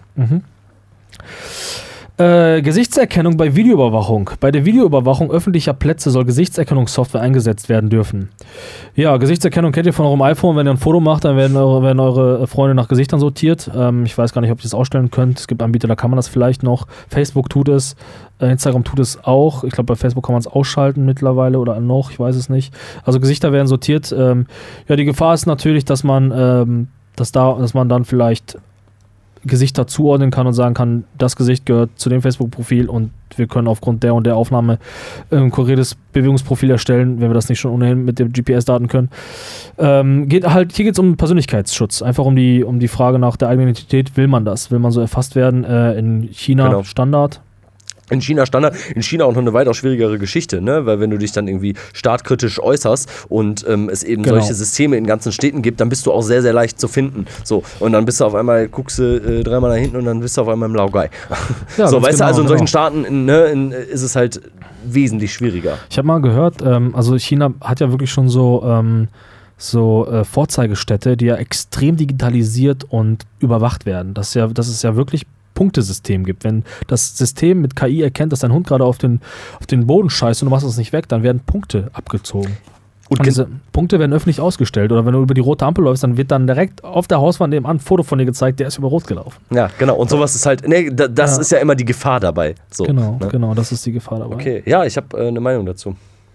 S1: Gesichtserkennung bei Videoüberwachung. Bei der Videoüberwachung öffentlicher Plätze soll Gesichtserkennungssoftware eingesetzt werden dürfen. Ja, Gesichtserkennung kennt ihr von eurem iPhone. Wenn ihr ein Foto macht, dann werden eure Freunde nach Gesichtern sortiert. Ich weiß gar nicht, ob ihr das ausstellen könnt. Es gibt Anbieter, da kann man das vielleicht noch. Facebook tut es. Instagram tut es auch. Ich glaube, bei Facebook kann man es ausschalten mittlerweile oder noch. Ich weiß es nicht. Also Gesichter werden sortiert. Die Gefahr ist natürlich, dass man dann vielleicht Gesichter zuordnen kann und sagen kann, das Gesicht gehört zu dem Facebook-Profil und wir können aufgrund der und der Aufnahme ein korrektes Bewegungsprofil erstellen, wenn wir das nicht schon ohnehin mit den GPS-Daten können. Hier geht es um Persönlichkeitsschutz, einfach um die Frage nach der eigenen Identität. Will man das? Will man so erfasst werden? In China Standard?
S2: In China Standard, in China auch noch eine weitaus schwierigere Geschichte, ne? Weil wenn du dich dann irgendwie staatkritisch äußerst und es eben solche Systeme in ganzen Städten gibt, dann bist du auch sehr, sehr leicht zu finden. So, und dann bist du auf einmal, guckst du dreimal nach hinten und dann bist du auf einmal im Laogai. Ja, so, weißt du, also in solchen Staaten ist es halt wesentlich schwieriger.
S1: Ich habe mal gehört, also China hat ja wirklich schon so Vorzeigestädte, die ja extrem digitalisiert und überwacht werden. Das ist ja wirklich Punktesystem gibt. Wenn das System mit KI erkennt, dass dein Hund gerade auf den Boden scheißt und du machst es nicht weg, dann werden Punkte abgezogen. Und diese Punkte werden öffentlich ausgestellt. Oder wenn du über die rote Ampel läufst, dann wird dann direkt auf der Hauswand nebenan ein Foto von dir gezeigt, der ist über Rot gelaufen.
S2: Ja, genau. Und sowas ist halt, das ist ja immer die Gefahr dabei. So,
S1: genau, das ist die Gefahr dabei.
S2: Okay, ja, ich habe eine Meinung dazu.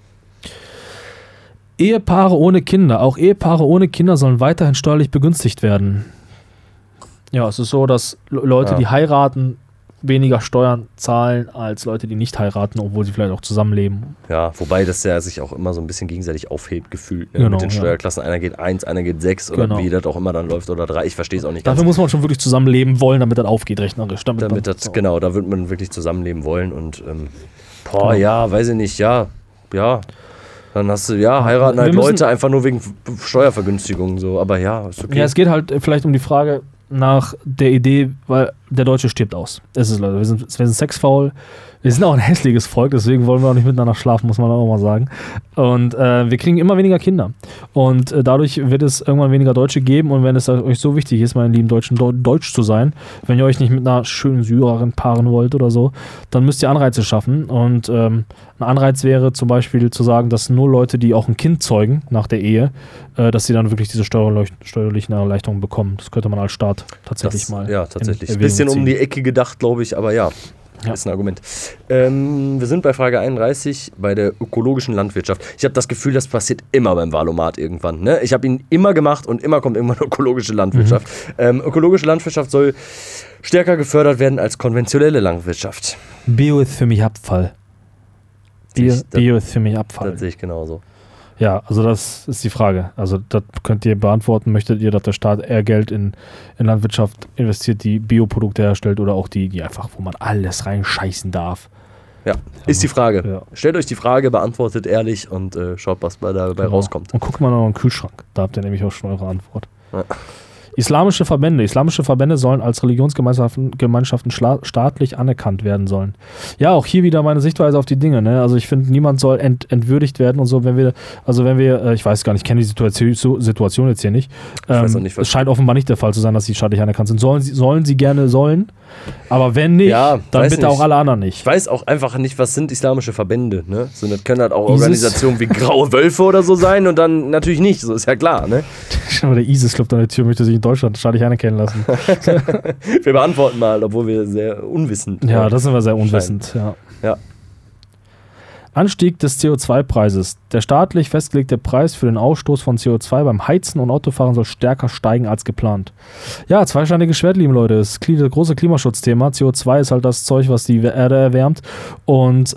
S1: Ehepaare ohne Kinder. Auch Ehepaare ohne Kinder sollen weiterhin steuerlich begünstigt werden. Ja, es ist so, dass Leute, die heiraten, weniger Steuern zahlen als Leute, die nicht heiraten, obwohl sie vielleicht auch zusammenleben.
S2: Ja, wobei das ja sich auch immer so ein bisschen gegenseitig aufhebt, gefühlt. Ne? Mit den Steuerklassen, einer geht 1, einer geht 6 oder wie das auch immer dann läuft oder 3. Ich verstehe es auch nicht ganz.
S1: Dafür muss man schon wirklich zusammenleben wollen, damit das aufgeht, rechnerisch.
S2: Genau, da wird man wirklich zusammenleben wollen und weiß ich nicht, ja. Dann hast du, heiraten halt Leute einfach nur wegen Steuervergünstigung, so, aber ist okay.
S1: Ja, es geht halt vielleicht um die Frage nach der Idee, weil der Deutsche stirbt aus. Es ist, Leute, wir sind sexfaul, wir sind auch ein hässliches Volk, deswegen wollen wir auch nicht miteinander schlafen, muss man auch mal sagen. Und wir kriegen immer weniger Kinder. Und dadurch wird es irgendwann weniger Deutsche geben. Und wenn es euch so wichtig ist, meine lieben Deutschen, deutsch zu sein, wenn ihr euch nicht mit einer schönen Syrerin paaren wollt oder so, dann müsst ihr Anreize schaffen. Und ein Anreiz wäre zum Beispiel zu sagen, dass nur Leute, die auch ein Kind zeugen nach der Ehe, dass sie dann wirklich diese steuerlichen Erleichterungen bekommen. Das könnte man als Staat tatsächlich mal.
S2: Ja, tatsächlich. Ein bisschen um die Ecke gedacht, glaube ich, aber ja. Ist ein Argument. Wir sind bei Frage 31 bei der ökologischen Landwirtschaft. Ich habe das Gefühl, das passiert immer beim Wahlomat irgendwann. Ne? Ich habe ihn immer gemacht und immer kommt irgendwann ökologische Landwirtschaft. Ökologische Landwirtschaft soll stärker gefördert werden als konventionelle Landwirtschaft.
S1: Bio ist für mich Abfall. Bio ist für mich Abfall.
S2: Das sehe ich genauso.
S1: Ja, also das ist die Frage. Also das könnt ihr beantworten. Möchtet ihr, dass der Staat eher Geld in Landwirtschaft investiert, die Bioprodukte herstellt oder auch die einfach, wo man alles reinscheißen darf?
S2: Ja, ist die Frage. Ja. Stellt euch die Frage, beantwortet ehrlich und schaut, was dabei rauskommt.
S1: Und guckt mal noch in den Kühlschrank. Da habt ihr nämlich auch schon eure Antwort. Ja. Islamische Verbände sollen als Religionsgemeinschaften staatlich anerkannt werden sollen. Ja, auch hier wieder meine Sichtweise auf die Dinge. Ne? Also ich finde, niemand soll entwürdigt werden und so, wenn wir, ich weiß gar nicht, ich kenne die Situation jetzt hier nicht. Es scheint offenbar nicht der Fall zu sein, dass sie staatlich anerkannt sind. Sollen sie gerne, aber wenn nicht, dann bitte nicht. Auch alle anderen nicht.
S2: Ich weiß auch einfach nicht, was sind islamische Verbände. Ne? So, das können halt auch Organisationen wie Graue Wölfe oder so sein und dann natürlich nicht, so ist ja klar. Ne?
S1: Der ISIS-Club an der Tür möchte sich in Deutschland staatlich anerkennen lassen.
S2: Wir beantworten mal, obwohl wir sehr unwissend
S1: sind. Ja, das sind wir sehr unwissend, ja. Anstieg des CO2-Preises. Der staatlich festgelegte Preis für den Ausstoß von CO2 beim Heizen und Autofahren soll stärker steigen als geplant. Ja, zweischneidiges Schwert, liebe Leute. Das große Klimaschutzthema. CO2 ist halt das Zeug, was die Erde erwärmt. Und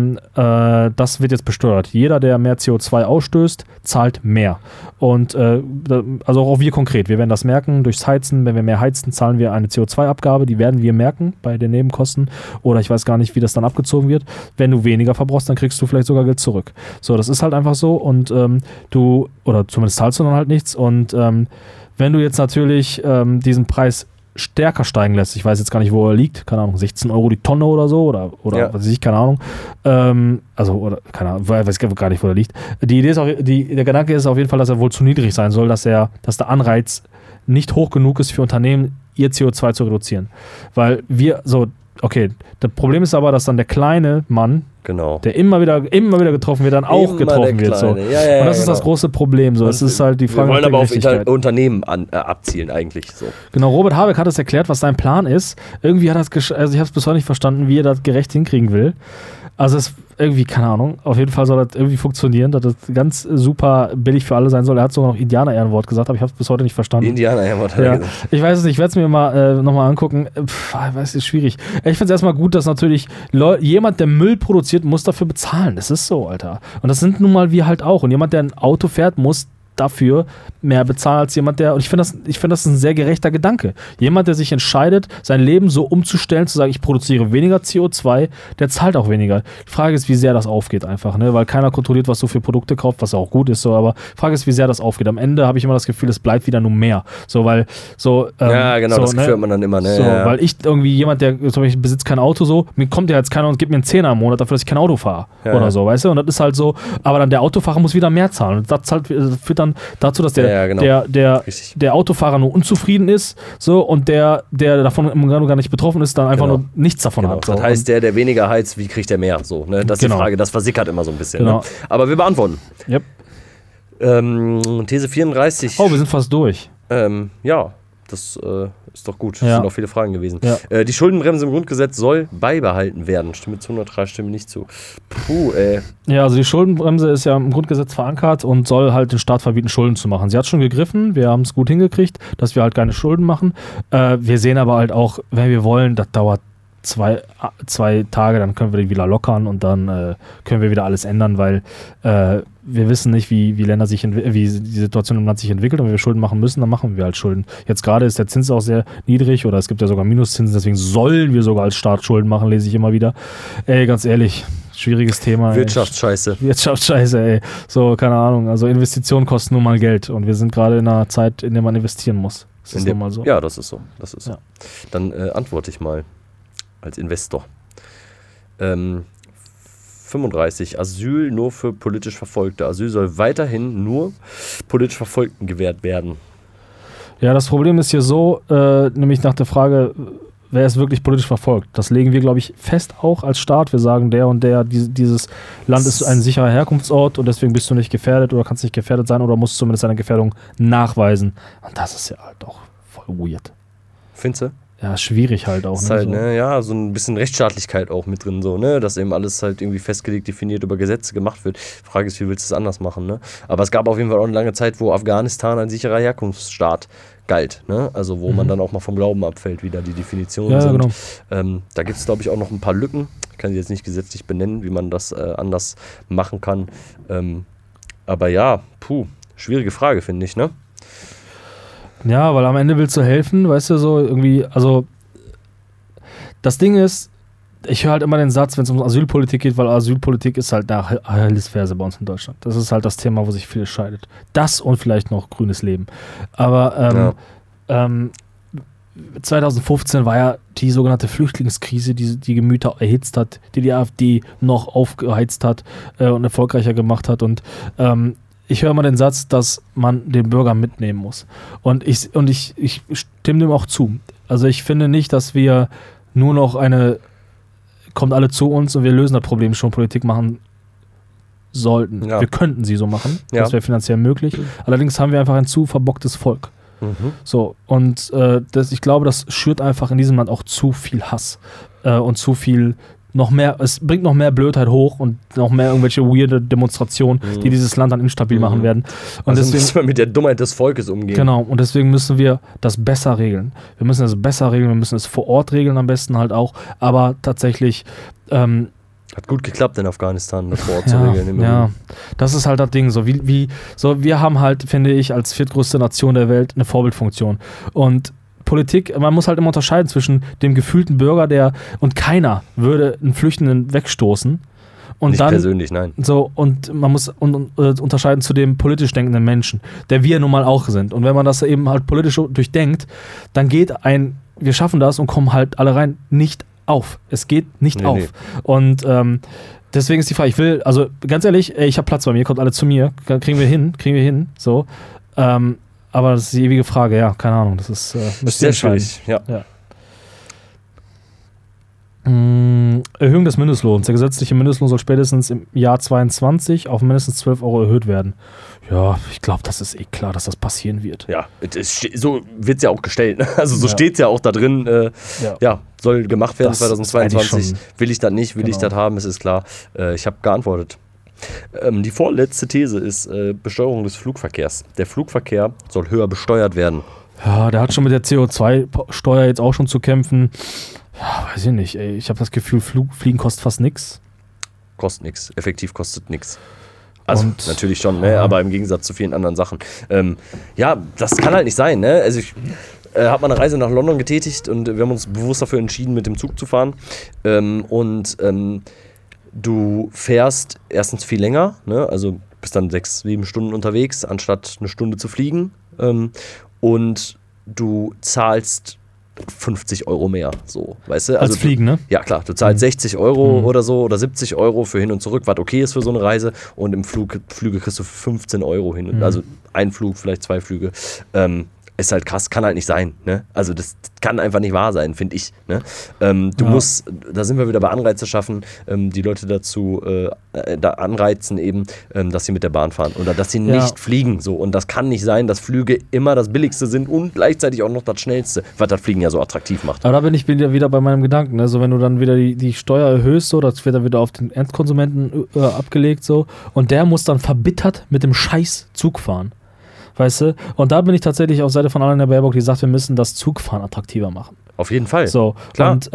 S1: das wird jetzt besteuert. Jeder, der mehr CO2 ausstößt, zahlt mehr. Und also auch wir konkret. Wir werden das merken durchs Heizen. Wenn wir mehr heizen, zahlen wir eine CO2-Abgabe. Die werden wir merken bei den Nebenkosten. Oder ich weiß gar nicht, wie das dann abgezogen wird. Wenn du weniger verbrauchst, dann kriegst du vielleicht sogar Geld zurück. So, das ist halt einfach so. Und oder zumindest zahlst du dann halt nichts. Und wenn du jetzt natürlich diesen Preis stärker steigen lässt, ich weiß jetzt gar nicht, wo er liegt, keine Ahnung, 16 Euro die Tonne oder so, oder was weiß ich, keine Ahnung. Oder keine Ahnung, weiß ich gar nicht, wo er liegt. Die Idee ist der Gedanke ist auf jeden Fall, dass er wohl zu niedrig sein soll, dass der Anreiz nicht hoch genug ist für Unternehmen, ihr CO2 zu reduzieren. Weil das Problem ist aber, dass dann der kleine Mann, der immer wieder getroffen wird, dann auch getroffen wird. So. Ja, und das ist das große Problem. So. Es ist halt die Frage.
S2: Wir wollen aber auf Unternehmen abzielen eigentlich. So.
S1: Genau, Robert Habeck hat das erklärt, was sein Plan ist. Irgendwie hat er ich habe es bis heute nicht verstanden, wie er das gerecht hinkriegen will. Also es irgendwie, keine Ahnung, auf jeden Fall soll das irgendwie funktionieren, dass das ganz super billig für alle sein soll. Er hat sogar noch Indianer-Ehrenwort gesagt, aber ich habe es bis heute nicht verstanden.
S2: Indianer-Ehrenwort hat er gesagt. Ich
S1: weiß es nicht, ich werde es mir mal nochmal angucken. Es ist schwierig. Ich finde es erstmal gut, dass natürlich jemand, der Müll produziert, muss dafür bezahlen. Das ist so, Alter. Und das sind nun mal wir halt auch. Und jemand, der ein Auto fährt, muss dafür mehr bezahlen als jemand, und ich finde das ein sehr gerechter Gedanke. Jemand, der sich entscheidet, sein Leben so umzustellen, zu sagen, ich produziere weniger CO2, der zahlt auch weniger. Die Frage ist, wie sehr das aufgeht einfach, ne? Weil keiner kontrolliert, was du für Produkte kaufst, was auch gut ist, so, aber die Frage ist, wie sehr das aufgeht. Am Ende habe ich immer das Gefühl, es bleibt wieder nur mehr. So, weil
S2: ja, genau, so, das Gefühl hat man dann immer, ne?
S1: So, weil ich irgendwie jemand, der zum Beispiel besitzt kein Auto, so, mir kommt ja jetzt keiner und gibt mir einen Zehner im Monat dafür, dass ich kein Auto fahre. Oder so, weißt du? Und das ist halt so, aber dann der Autofahrer muss wieder mehr zahlen. Und das führt dann dazu, dass der Autofahrer nur unzufrieden ist, so, und der davon im Grunde gar nicht betroffen ist, dann einfach nur nichts davon hat. So.
S2: Das heißt, der weniger heizt, wie kriegt der mehr? So, ne? Das ist die Frage, das versickert immer so ein bisschen. Ne? Aber wir beantworten.
S1: Yep.
S2: These 34.
S1: Oh, wir sind fast durch.
S2: Ja, das ist doch gut. Das sind auch viele Fragen gewesen. Ja. Die Schuldenbremse im Grundgesetz soll beibehalten werden. Stimme zu 103, Stimme nicht zu. Puh, ey.
S1: Ja, also die Schuldenbremse ist ja im Grundgesetz verankert und soll halt den Staat verbieten, Schulden zu machen. Sie hat schon gegriffen, wir haben es gut hingekriegt, dass wir halt keine Schulden machen. Wir sehen aber halt auch, wenn wir wollen, das dauert zwei Tage, dann können wir die wieder lockern und dann können wir wieder alles ändern, weil wir wissen nicht, wie die Situation im Land sich entwickelt, und wenn wir Schulden machen müssen, dann machen wir halt Schulden. Jetzt gerade ist der Zins auch sehr niedrig, oder es gibt ja sogar Minuszinsen, deswegen sollen wir sogar als Staat Schulden machen, lese ich immer wieder. Ey, ganz ehrlich, schwieriges Thema.
S2: Wirtschaftsscheiße.
S1: Ey. So, keine Ahnung, also Investitionen kosten nun mal Geld, und wir sind gerade in einer Zeit, in der man investieren muss. Das ist nun mal so.
S2: Ja, das ist so. Dann antworte ich mal als Investor. 35. Asyl nur für politisch Verfolgte. Asyl soll weiterhin nur politisch Verfolgten gewährt werden.
S1: Ja, das Problem ist hier so, nämlich nach der Frage, wer ist wirklich politisch verfolgt. Das legen wir, glaube ich, fest auch als Staat. Wir sagen, der und der, dieses Land ist ein sicherer Herkunftsort und deswegen bist du nicht gefährdet oder kannst nicht gefährdet sein oder musst zumindest eine Gefährdung nachweisen. Und das ist ja halt auch voll weird.
S2: Findest du?
S1: Ja, schwierig halt auch.
S2: Ist
S1: ne,
S2: halt,
S1: so.
S2: Ne, ja, so ein bisschen Rechtsstaatlichkeit auch mit drin, so, ne, dass eben alles halt irgendwie festgelegt, definiert über Gesetze gemacht wird. Die Frage ist, wie willst du es anders machen, ne? Aber es gab auf jeden Fall auch eine lange Zeit, wo Afghanistan ein sicherer Herkunftsstaat galt, ne? Also wo man dann auch mal vom Glauben abfällt, wie da die Definitionen sind. Genau. Da gibt es, glaube ich, auch noch ein paar Lücken. Ich kann sie jetzt nicht gesetzlich benennen, wie man das anders machen kann. Aber ja, schwierige Frage, finde ich, ne?
S1: Ja, weil am Ende willst du helfen, weißt du, so irgendwie, also das Ding ist, ich höre halt immer den Satz, wenn es um Asylpolitik geht, weil Asylpolitik ist halt eine Achillesferse bei uns in Deutschland. Das ist halt das Thema, wo sich viel scheidet. Das und vielleicht noch grünes Leben. Aber 2015 war ja die sogenannte Flüchtlingskrise, die Gemüter erhitzt hat, die AfD noch aufgeheizt hat und erfolgreicher gemacht hat, und ich höre mal den Satz, dass man den Bürger mitnehmen muss. Und ich stimme dem auch zu. Also ich finde nicht, dass wir nur noch kommt alle zu uns und wir lösen das Problem schon, Politik machen sollten. Ja. Wir könnten sie so machen. Ja. Das wäre finanziell möglich. Allerdings haben wir einfach ein zu verbocktes Volk. So, und ich glaube, das schürt einfach in diesem Land auch zu viel Hass und zu viel es bringt noch mehr Blödheit hoch und noch mehr irgendwelche weirde Demonstrationen, die dieses Land dann instabil machen werden. Und
S2: also deswegen müssen wir mit der Dummheit des Volkes umgehen.
S1: Genau, und deswegen müssen wir das besser regeln. Wir müssen es vor Ort regeln am besten halt auch, aber tatsächlich
S2: hat gut geklappt in Afghanistan, das vor Ort zu regeln.
S1: Ja, das ist halt das Ding. Wir haben halt, finde ich, als viertgrößte Nation der Welt eine Vorbildfunktion. Und Politik, man muss halt immer unterscheiden zwischen dem gefühlten Bürger, und keiner würde einen Flüchtenden wegstoßen. Und
S2: nicht
S1: dann,
S2: persönlich, nein.
S1: So, und man muss unterscheiden zu dem politisch denkenden Menschen, der wir nun mal auch sind. Und wenn man das eben halt politisch durchdenkt, dann wir schaffen das und kommen halt alle rein, nicht auf. Es geht nicht auf. Nee. Und deswegen ist die Frage, ganz ehrlich, ich habe Platz bei mir, kommt alle zu mir, kriegen wir hin, so. Aber das ist die ewige Frage, ja, keine Ahnung, das ist
S2: sehr schwierig, ja.
S1: Erhöhung des Mindestlohns. Der gesetzliche Mindestlohn soll spätestens im Jahr 2022 auf mindestens 12 € erhöht werden. Ja, ich glaube, das ist klar, dass das passieren wird.
S2: Ja, so wird es ja auch gestellt. Also so steht es ja auch da drin. Soll gemacht werden das 2022. Will ich das nicht, will ich das haben, es ist klar. Ich habe geantwortet. Die vorletzte These ist Besteuerung des Flugverkehrs. Der Flugverkehr soll höher besteuert werden.
S1: Ja, der hat schon mit der CO2-Steuer jetzt auch schon zu kämpfen. Ja, weiß ich nicht. Ey. Ich habe das Gefühl, Fliegen kostet fast nichts.
S2: Kostet nichts. Effektiv kostet nichts. Also natürlich schon, ne? Aber im Gegensatz zu vielen anderen Sachen. Das kann halt nicht sein. Ne? Also ich habe mal eine Reise nach London getätigt und wir haben uns bewusst dafür entschieden, mit dem Zug zu fahren. Du fährst erstens viel länger, ne? Also bist dann 6-7 Stunden unterwegs, anstatt eine Stunde zu fliegen. Und du zahlst 50 € mehr, so, weißt du?
S1: Als Fliegen, ne?
S2: Ja, klar, du zahlst 60 € oder so oder 70 € für hin und zurück, was okay ist für so eine Reise, und im Flüge kriegst du 15 € hin, also ein Flug, vielleicht 2 Flüge. Ist halt krass, kann halt nicht sein, ne? Also das kann einfach nicht wahr sein, finde ich, ne? Du musst, da sind wir wieder bei Anreize schaffen, die Leute dazu da anreizen eben, dass sie mit der Bahn fahren oder dass sie nicht fliegen, so. Und das kann nicht sein, dass Flüge immer das Billigste sind und gleichzeitig auch noch das Schnellste, was das Fliegen ja so attraktiv macht.
S1: Aber da bin ich wieder bei meinem Gedanken, ne? So, wenn du dann wieder die Steuer erhöhst, so, das wird dann wieder auf den Endkonsumenten abgelegt, so, und der muss dann verbittert mit dem scheiß Zug fahren. Weißt du? Und da bin ich tatsächlich auf Seite von Annalena Baerbock, die sagt, wir müssen das Zugfahren attraktiver machen.
S2: Auf jeden Fall.
S1: So, klar. Und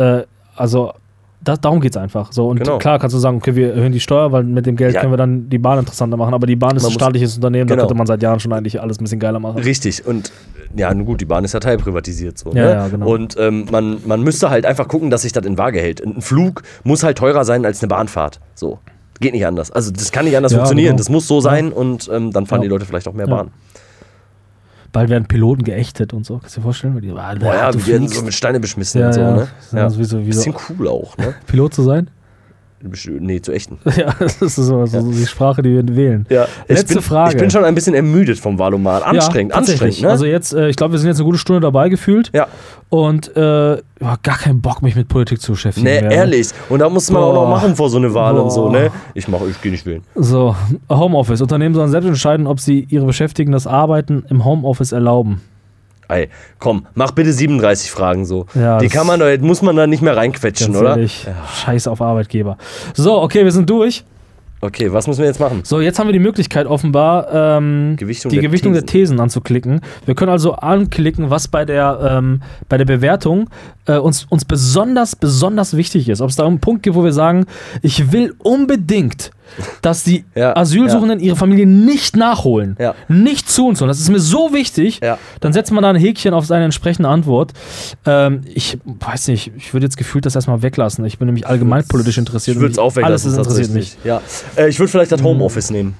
S1: darum geht es einfach. So, und klar kannst du sagen, okay, wir erhöhen die Steuer, weil mit dem Geld können wir dann die Bahn interessanter machen. Aber die Bahn ist ein staatliches Unternehmen, da könnte man seit Jahren schon eigentlich alles ein bisschen geiler machen.
S2: Richtig. Und ja, nun gut, die Bahn ist ja teilprivatisiert. So,
S1: ja, ne? Genau.
S2: Und man müsste halt einfach gucken, dass sich das in Waage hält. Ein Flug muss halt teurer sein als eine Bahnfahrt. So. Geht nicht anders. Also das kann nicht anders funktionieren. Genau. Das muss so sein und dann fahren die Leute vielleicht auch mehr Bahn.
S1: Bald werden Piloten geächtet und so. Kannst du dir vorstellen?
S2: Die werden so mit Steine beschmissen und so. Ne? Ja. Bisschen cool auch. Ne?
S1: Pilot zu sein?
S2: Nee, zu echten.
S1: Ja, das ist so die Sprache, die wir wählen.
S2: Ja.
S1: Letzte Frage.
S2: Ich bin schon ein bisschen ermüdet vom Valomat. Anstrengend, ne?
S1: Also jetzt, ich glaube, wir sind jetzt eine gute Stunde dabei gefühlt.
S2: Ja.
S1: Und gar keinen Bock, mich mit Politik zu beschäftigen.
S2: Nee, ehrlich. Und da muss man auch noch machen vor so eine Wahl und so, ne? Ich gehe nicht wählen.
S1: So, Homeoffice. Unternehmen sollen selbst entscheiden, ob sie ihre Beschäftigten das Arbeiten im Homeoffice erlauben.
S2: Ey, komm, mach bitte 37 Fragen so.
S1: Ja,
S2: die muss man da nicht mehr reinquetschen, oder?
S1: Ehrlich, Scheiß auf Arbeitgeber. So, okay, wir sind durch.
S2: Okay, was müssen wir jetzt machen?
S1: So, jetzt haben wir die Möglichkeit offenbar, die Gewichtung der Thesen anzuklicken. Wir können also anklicken, was bei der Bewertung uns besonders wichtig ist. Ob es da einen Punkt gibt, wo wir sagen, ich will unbedingt, dass die Asylsuchenden ihre Familie nicht nachholen, nicht zu uns holen. Das ist mir so wichtig. Ja. Dann setzt man da ein Häkchen auf seine entsprechende Antwort. Ich weiß nicht, ich würde jetzt gefühlt das erstmal weglassen. Ich bin nämlich allgemein politisch interessiert.
S2: Ich würde es auch weglassen.
S1: Alles interessiert mich.
S2: Ja. Ich würde vielleicht das Homeoffice nehmen.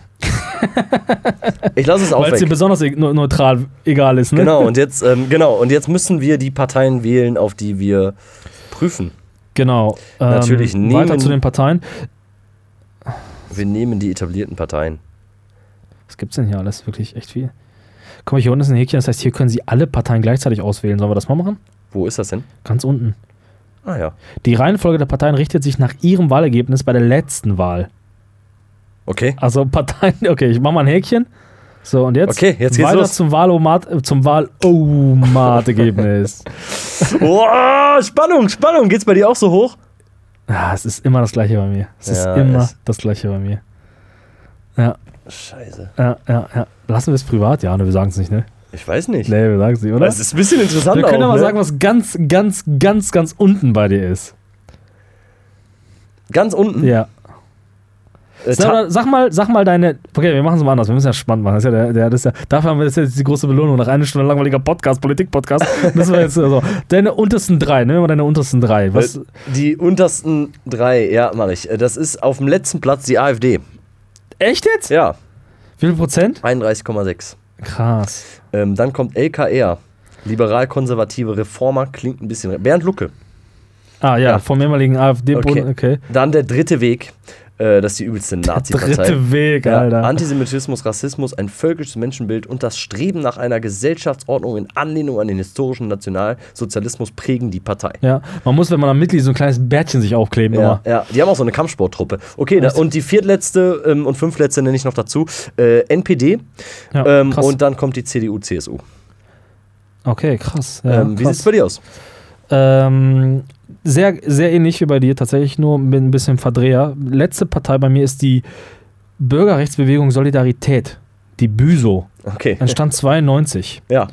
S2: Ich lasse es auch weg.
S1: Weil es dir besonders neutral egal ist, ne?
S2: Genau, und jetzt müssen wir die Parteien wählen, auf die wir prüfen.
S1: Genau.
S2: Natürlich
S1: weiter zu den Parteien.
S2: Wir nehmen die etablierten Parteien.
S1: Was gibt's denn hier alles? Wirklich echt viel. Guck mal, hier unten ist ein Häkchen, das heißt, hier können Sie alle Parteien gleichzeitig auswählen. Sollen wir das mal machen?
S2: Wo ist das denn?
S1: Ganz unten.
S2: Ah ja.
S1: Die Reihenfolge der Parteien richtet sich nach ihrem Wahlergebnis bei der letzten Wahl.
S2: Okay.
S1: Also Parteien, okay, ich mach mal ein Häkchen. So, und jetzt
S2: geht's
S1: weiter
S2: los.
S1: zum Wahlomat-Ergebnis.
S2: Oh, Spannung. Geht's bei dir auch so hoch?
S1: Es ist immer das Gleiche bei mir. Das Gleiche bei mir. Ja.
S2: Scheiße.
S1: Ja. Lassen wir es privat? Ja, ne, wir sagen es nicht, ne?
S2: Ich weiß nicht.
S1: Nee, wir sagen es nicht, oder?
S2: Das ist ein bisschen interessant.
S1: Wir können aber sagen, was ganz unten bei dir ist.
S2: Ganz unten?
S1: Ja. Sag mal deine. Okay, wir machen es mal anders. Wir müssen ja spannend machen. Dafür haben wir jetzt die große Belohnung. Nach einer Stunde langweiliger Politik-Podcast, müssen wir jetzt deine untersten 3. Nehmen wir deine untersten 3. Was?
S2: Die untersten 3, ja, mache ich. Das ist auf dem letzten Platz die AfD.
S1: Echt jetzt?
S2: Ja.
S1: Wie viel Prozent?
S2: 31,6.
S1: Krass.
S2: Dann kommt LKR. Liberal-konservative Reformer, klingt ein bisschen. Bernd Lucke.
S1: Ja, vom ehemaligen AfD. Okay.
S2: Dann der dritte Weg. Das ist die übelste Nazi-Partei.
S1: Dritte Weg, Alter.
S2: Antisemitismus, Rassismus, ein völkisches Menschenbild und das Streben nach einer Gesellschaftsordnung in Anlehnung an den historischen Nationalsozialismus prägen die Partei.
S1: Ja, man muss, wenn man am Mitglied so ein kleines Bärtchen sich aufkleben.
S2: Ja, die haben auch so eine Kampfsporttruppe. Okay, und die viertletzte und fünftletzte nenne ich noch dazu. NPD. Ja, und dann kommt die CDU, CSU.
S1: Okay, krass. Ja,
S2: wie sieht es bei dir aus?
S1: Sehr, sehr ähnlich wie bei dir, tatsächlich nur mit ein bisschen Verdreher. Letzte Partei bei mir ist die Bürgerrechtsbewegung Solidarität, die BÜSO.
S2: Okay.
S1: Entstand 92.
S2: Ja.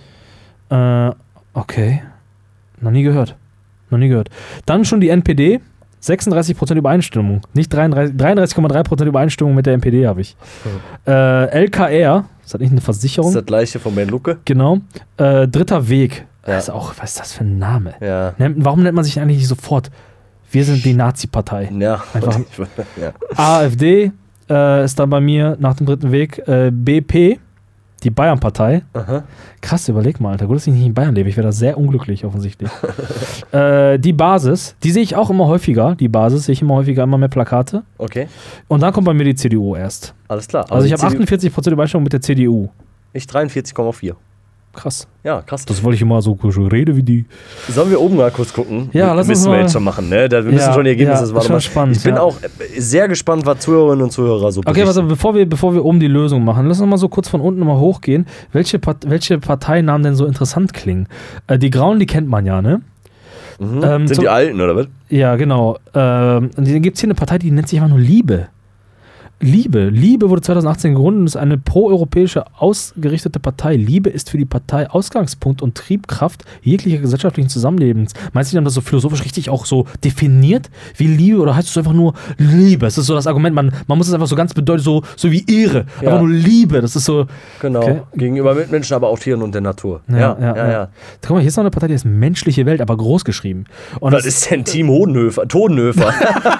S1: Okay. Noch nie gehört. Dann schon die NPD, 36% Übereinstimmung. Nicht 33,3% Übereinstimmung mit der NPD habe ich. LKR, ist das nicht eine Versicherung?
S2: Das ist das gleiche von Bernd Lucke.
S1: Genau. Dritter Weg.
S2: Ja.
S1: Das ist auch, was ist das für ein Name?
S2: Ja.
S1: Warum nennt man sich eigentlich nicht sofort, wir sind die Nazi-Partei?
S2: Ja.
S1: Einfach. Ja. AfD ist dann bei mir nach dem dritten Weg. BP, die Bayern-Partei.
S2: Aha.
S1: Krass, überleg mal, Alter. Gut, dass ich nicht in Bayern lebe. Ich wäre da sehr unglücklich, offensichtlich. Die Basis, die sehe ich auch immer häufiger. Immer mehr Plakate.
S2: Okay.
S1: Und dann kommt bei mir die CDU erst.
S2: Alles klar.
S1: Also ich habe 48% Übereinstimmung mit der CDU.
S2: Ich 43,4.
S1: Krass.
S2: Ja, krass.
S1: Das wollte ich immer so rede wie die.
S2: Sollen wir oben mal kurz gucken?
S1: Ja, lass uns mal.
S2: Müssen wir jetzt schon machen, ne? Wir müssen schon die Ergebnisse.
S1: Das war spannend.
S2: Ich bin auch sehr gespannt, was Zuhörerinnen und Zuhörer so berichten.
S1: Okay, bevor wir oben die Lösung machen, lass uns mal so kurz von unten mal hochgehen. Welche Parteinamen denn so interessant klingen? Die Grauen, die kennt man ja, ne?
S2: Sind die Alten, oder was?
S1: Ja, genau. Dann gibt es hier eine Partei, die nennt sich einfach nur Liebe. Liebe wurde 2018 gegründet und ist eine proeuropäische ausgerichtete Partei. Liebe ist für die Partei Ausgangspunkt und Triebkraft jeglicher gesellschaftlichen Zusammenlebens. Meinst du, die haben das so philosophisch richtig auch so definiert wie Liebe oder heißt es einfach nur Liebe? Es ist so das Argument, man muss es einfach so ganz bedeuten, so wie Ehre. Ja. Einfach nur Liebe, das ist so...
S2: Genau, okay. Gegenüber Mitmenschen, aber auch Tieren und der Natur.
S1: Ja. Guck mal, hier ist noch eine Partei, die ist menschliche Welt, aber groß geschrieben. Und
S2: was ist denn Team Todenhöfer?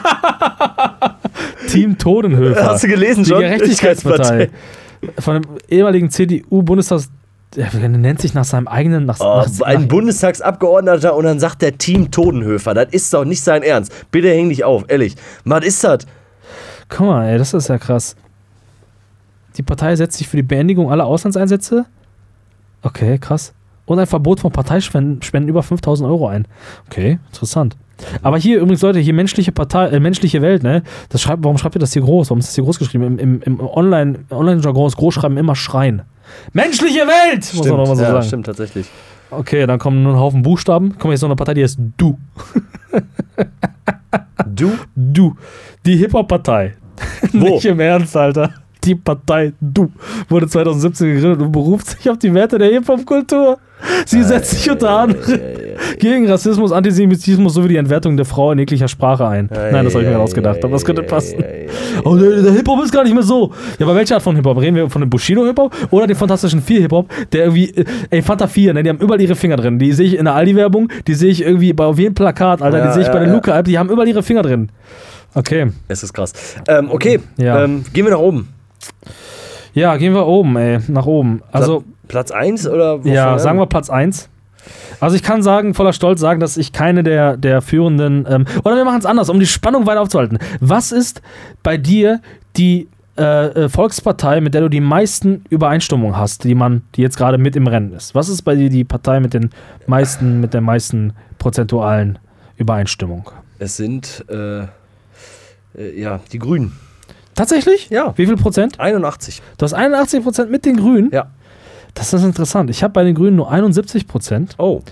S1: Team Todenhöfer.
S2: Hast du gelesen schon?
S1: Die Gerechtigkeitspartei. Von dem ehemaligen CDU-Bundestags... Der nennt sich nach seinem eigenen...
S2: Ein Bundestagsabgeordneter und dann sagt der Team Todenhöfer. Das ist doch nicht sein Ernst. Bitte häng dich auf, ehrlich. Was ist das?
S1: Guck mal, ey, das ist ja krass. Die Partei setzt sich für die Beendigung aller Auslandseinsätze. Okay, krass. Und ein Verbot von Parteispenden über 5.000 € ein. Okay, interessant. Aber hier übrigens, Leute, hier menschliche Welt, ne? Warum schreibt ihr das hier groß? Warum ist das hier groß geschrieben? Im Online-Jargon ist Großschreiben immer Schreien. Menschliche Welt!
S2: Stimmt, muss man nochmal so sagen. Stimmt, tatsächlich.
S1: Okay, dann kommen nur ein Haufen Buchstaben. Guck mal, hier ist noch eine Partei, die heißt Du. Du. Die Hip-Hop-Partei. Nicht im Ernst, Alter. Die Partei Du wurde 2017 gegründet und beruft sich auf die Werte der Hip-Hop-Kultur. Sie setzt sich unter anderem gegen Rassismus, Antisemitismus sowie die Entwertung der Frau in jeglicher Sprache ein. Nein, das habe ich mir ausgedacht, aber das könnte passen. Oh, der Hip-Hop ist gar nicht mehr so. Ja, aber welche Art von Hip-Hop? Reden wir von dem Bushido-Hip-Hop oder dem Fantastischen Vier Hip-Hop, der irgendwie, Fanta 4, ne, die haben überall ihre Finger drin. Die sehe ich in der Aldi-Werbung, die sehe ich irgendwie auf jedem Plakat, Alter, die sehe ich bei der Luca-App, die haben überall ihre Finger drin. Okay.
S2: Es ist krass. Okay, gehen wir nach oben.
S1: Ja, gehen wir oben, nach oben. Also
S2: Platz 1 oder?
S1: Ja, sagen wir Platz 1. Also ich kann sagen, voller Stolz sagen, dass ich keine der führenden, oder wir machen es anders, um die Spannung weiter aufzuhalten. Was ist bei dir die Volkspartei, mit der du die meisten Übereinstimmungen hast, die jetzt gerade mit im Rennen ist? Was ist bei dir die Partei mit der meisten prozentualen Übereinstimmung?
S2: Es sind, die Grünen.
S1: Tatsächlich?
S2: Ja.
S1: Wie viel Prozent?
S2: 81.
S1: Du hast 81% mit den Grünen?
S2: Ja.
S1: Das ist interessant. Ich habe bei den Grünen nur 71%.
S2: Oh.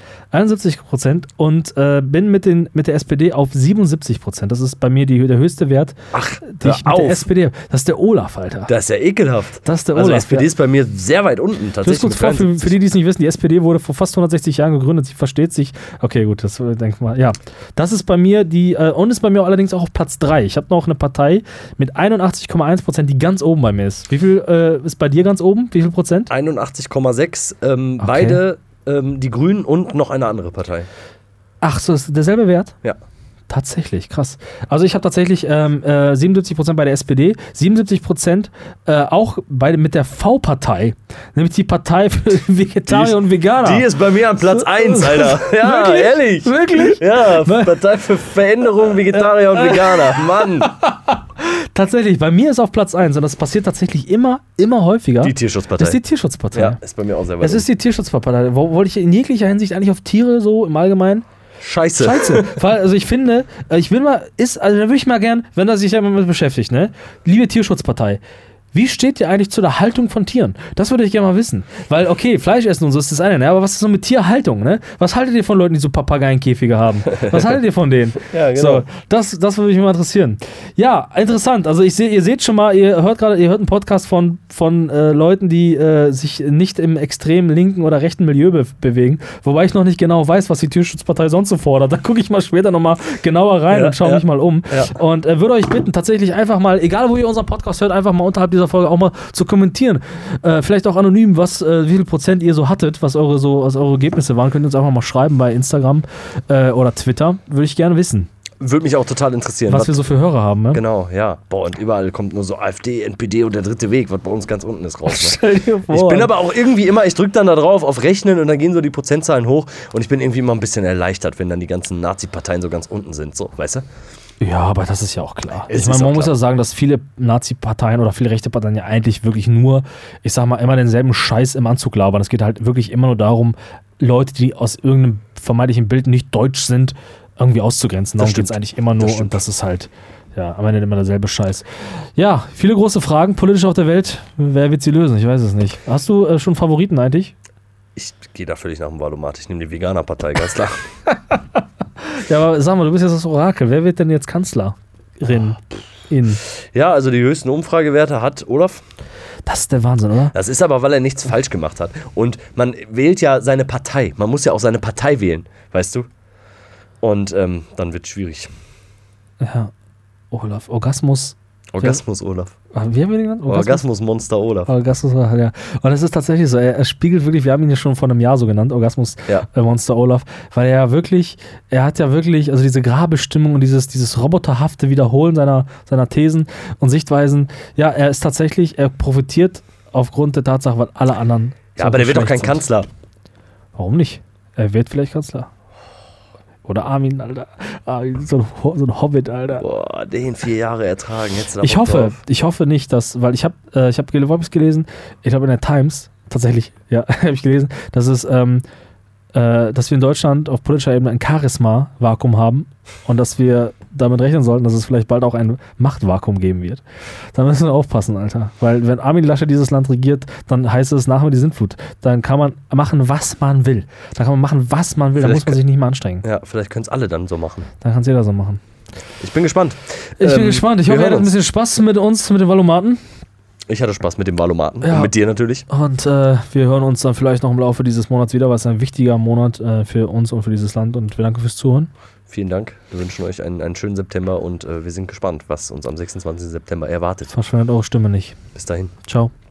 S1: 71% und bin mit der SPD auf 77%. Das ist bei mir der höchste Wert,
S2: den ich mit der
S1: SPD habe. Das ist der Olaf, Alter.
S2: Das ist ja ekelhaft.
S1: Das ist der Olaf. Also
S2: SPD ist bei mir sehr weit unten tatsächlich.
S1: Kurz vor, für die es nicht wissen, die SPD wurde vor fast 160 Jahren gegründet. Sie versteht sich. Okay, gut, das denk mal. Ja, das ist bei mir und ist bei mir allerdings auch auf Platz 3. Ich habe noch eine Partei mit 81,1%, die ganz oben bei mir ist. Wie viel ist bei dir ganz oben? Wie viel Prozent?
S2: 81,6. Okay. Beide die Grünen und noch eine andere Partei.
S1: Ach, so ist derselbe Wert?
S2: Ja.
S1: Tatsächlich, krass. Also ich habe tatsächlich 77% bei der SPD, 77% auch mit der V-Partei, nämlich die Partei für Vegetarier und Veganer.
S2: Die ist bei mir an Platz 1, Alter. Ja,
S1: wirklich?
S2: Ehrlich.
S1: Wirklich?
S2: Ja, Partei für Veränderung, Vegetarier und Veganer. Mann.
S1: Tatsächlich, bei mir ist auf Platz 1 und das passiert tatsächlich immer häufiger.
S2: Die Tierschutzpartei.
S1: Das ist die Tierschutzpartei.
S2: Ja, ist bei mir auch sehr weit.
S1: Das ist die Tierschutzpartei. Wollte ich in jeglicher Hinsicht eigentlich auf Tiere so im Allgemeinen?
S2: Scheiße.
S1: Also ich finde, da würde ich mal gern, wenn er sich ja damit beschäftigt, ne? Liebe Tierschutzpartei, wie steht ihr eigentlich zu der Haltung von Tieren? Das würde ich gerne mal wissen. Weil, okay, Fleisch essen und so ist das eine, ne? Aber was ist so mit Tierhaltung, ne? Was haltet ihr von Leuten, die so Papageienkäfige haben? Was haltet ihr von denen?
S2: Ja, genau.
S1: So, das würde mich mal interessieren. Ja, interessant. Also ihr seht schon mal, ihr hört einen Podcast von Leuten, die sich nicht im extrem linken oder rechten Milieu bewegen. Wobei ich noch nicht genau weiß, was die Tierschutzpartei sonst so fordert. Da gucke ich mal später nochmal genauer rein und schaue mich mal um. Ja. Und würde euch bitten, tatsächlich einfach mal, egal wo ihr unseren Podcast hört, einfach mal unterhalb dieser Folge auch mal zu kommentieren. Vielleicht auch anonym, wie viel Prozent ihr so hattet, was eure Ergebnisse waren. Könnt ihr uns einfach mal schreiben bei Instagram oder Twitter. Würde ich gerne wissen.
S2: Würde mich auch total interessieren.
S1: Was wir so für Hörer haben, ne?
S2: Genau, ja. Boah, und überall kommt nur so AfD, NPD und der dritte Weg, was bei uns ganz unten ist, raus. Ne?
S1: Stell dir vor.
S2: Ich bin aber auch irgendwie immer, ich drücke dann da drauf auf Rechnen und dann gehen so die Prozentzahlen hoch und ich bin irgendwie immer ein bisschen erleichtert, wenn dann die ganzen Nazi-Parteien so ganz unten sind, so, weißt du?
S1: Ja, aber das ist ja auch klar. Ich meine, man muss ja sagen, dass viele Nazi-Parteien oder viele rechte Parteien ja eigentlich wirklich nur, ich sag mal, immer denselben Scheiß im Anzug labern. Es geht halt wirklich immer nur darum, Leute, die aus irgendeinem vermeintlichen Bild nicht deutsch sind, irgendwie auszugrenzen. Darum geht es eigentlich immer nur und das ist halt, ja, am Ende immer derselbe Scheiß. Ja, viele große Fragen politisch auf der Welt. Wer wird sie lösen? Ich weiß es nicht. Hast du schon Favoriten eigentlich?
S2: Ich gehe da völlig nach dem Wahlomat. Ich nehme die Veganer-Partei, ganz klar.
S1: Ja, aber sag mal, du bist jetzt das Orakel. Wer wird denn jetzt Kanzlerin?
S2: Ja, also die höchsten Umfragewerte hat Olaf.
S1: Das ist der Wahnsinn, oder?
S2: Das ist aber, weil er nichts falsch gemacht hat. Und man wählt ja seine Partei. Man muss ja auch seine Partei wählen, weißt du? Und dann wird es schwierig.
S1: Ja, Olaf. Orgasmus
S2: Olaf.
S1: Wie haben wir den genannt?
S2: Orgasmus-Monster Olaf.
S1: Orgasmus, ja. Und es ist tatsächlich so, er spiegelt wirklich, wir haben ihn ja schon vor einem Jahr so genannt, Orgasmus-Monster Olaf, weil er hat ja wirklich, also diese Grabestimmung und dieses roboterhafte Wiederholen seiner Thesen und Sichtweisen, ja, er profitiert aufgrund der Tatsache, weil alle anderen.
S2: Ja, aber der wird doch kein Kanzler.
S1: Warum nicht? Er wird vielleicht Kanzler. Oder Armin, Alter. Armin, so ein Hobbit, Alter.
S2: Boah, den 4 Jahre ertragen.
S1: Ich hoffe nicht, dass, weil ich habe gelesen, ich glaube in der Times, tatsächlich, ja, habe ich gelesen, dass wir in Deutschland auf politischer Ebene ein Charisma-Vakuum haben und dass wir damit rechnen sollten, dass es vielleicht bald auch ein Machtvakuum geben wird. Da müssen wir aufpassen, Alter. Weil wenn Armin Laschet dieses Land regiert, dann heißt es nachher die Sintflut. Dann kann man machen, was man will. Da muss man sich nicht mehr anstrengen.
S2: Ja, vielleicht können es alle dann so machen.
S1: Dann kann es jeder so machen.
S2: Ich bin gespannt.
S1: Ich bin gespannt. Ich hoffe, ihr hattet ein bisschen Spaß mit uns, mit den Valomaten.
S2: Ich hatte Spaß mit dem Wahlomaten
S1: und
S2: mit dir natürlich.
S1: Und wir hören uns dann vielleicht noch im Laufe dieses Monats wieder, weil es ein wichtiger Monat für uns und für dieses Land. Und wir danken fürs Zuhören.
S2: Vielen Dank. Wir wünschen euch einen schönen September und wir sind gespannt, was uns am 26. September erwartet.
S1: Verschwendet eure Stimme nicht.
S2: Bis dahin.
S1: Ciao.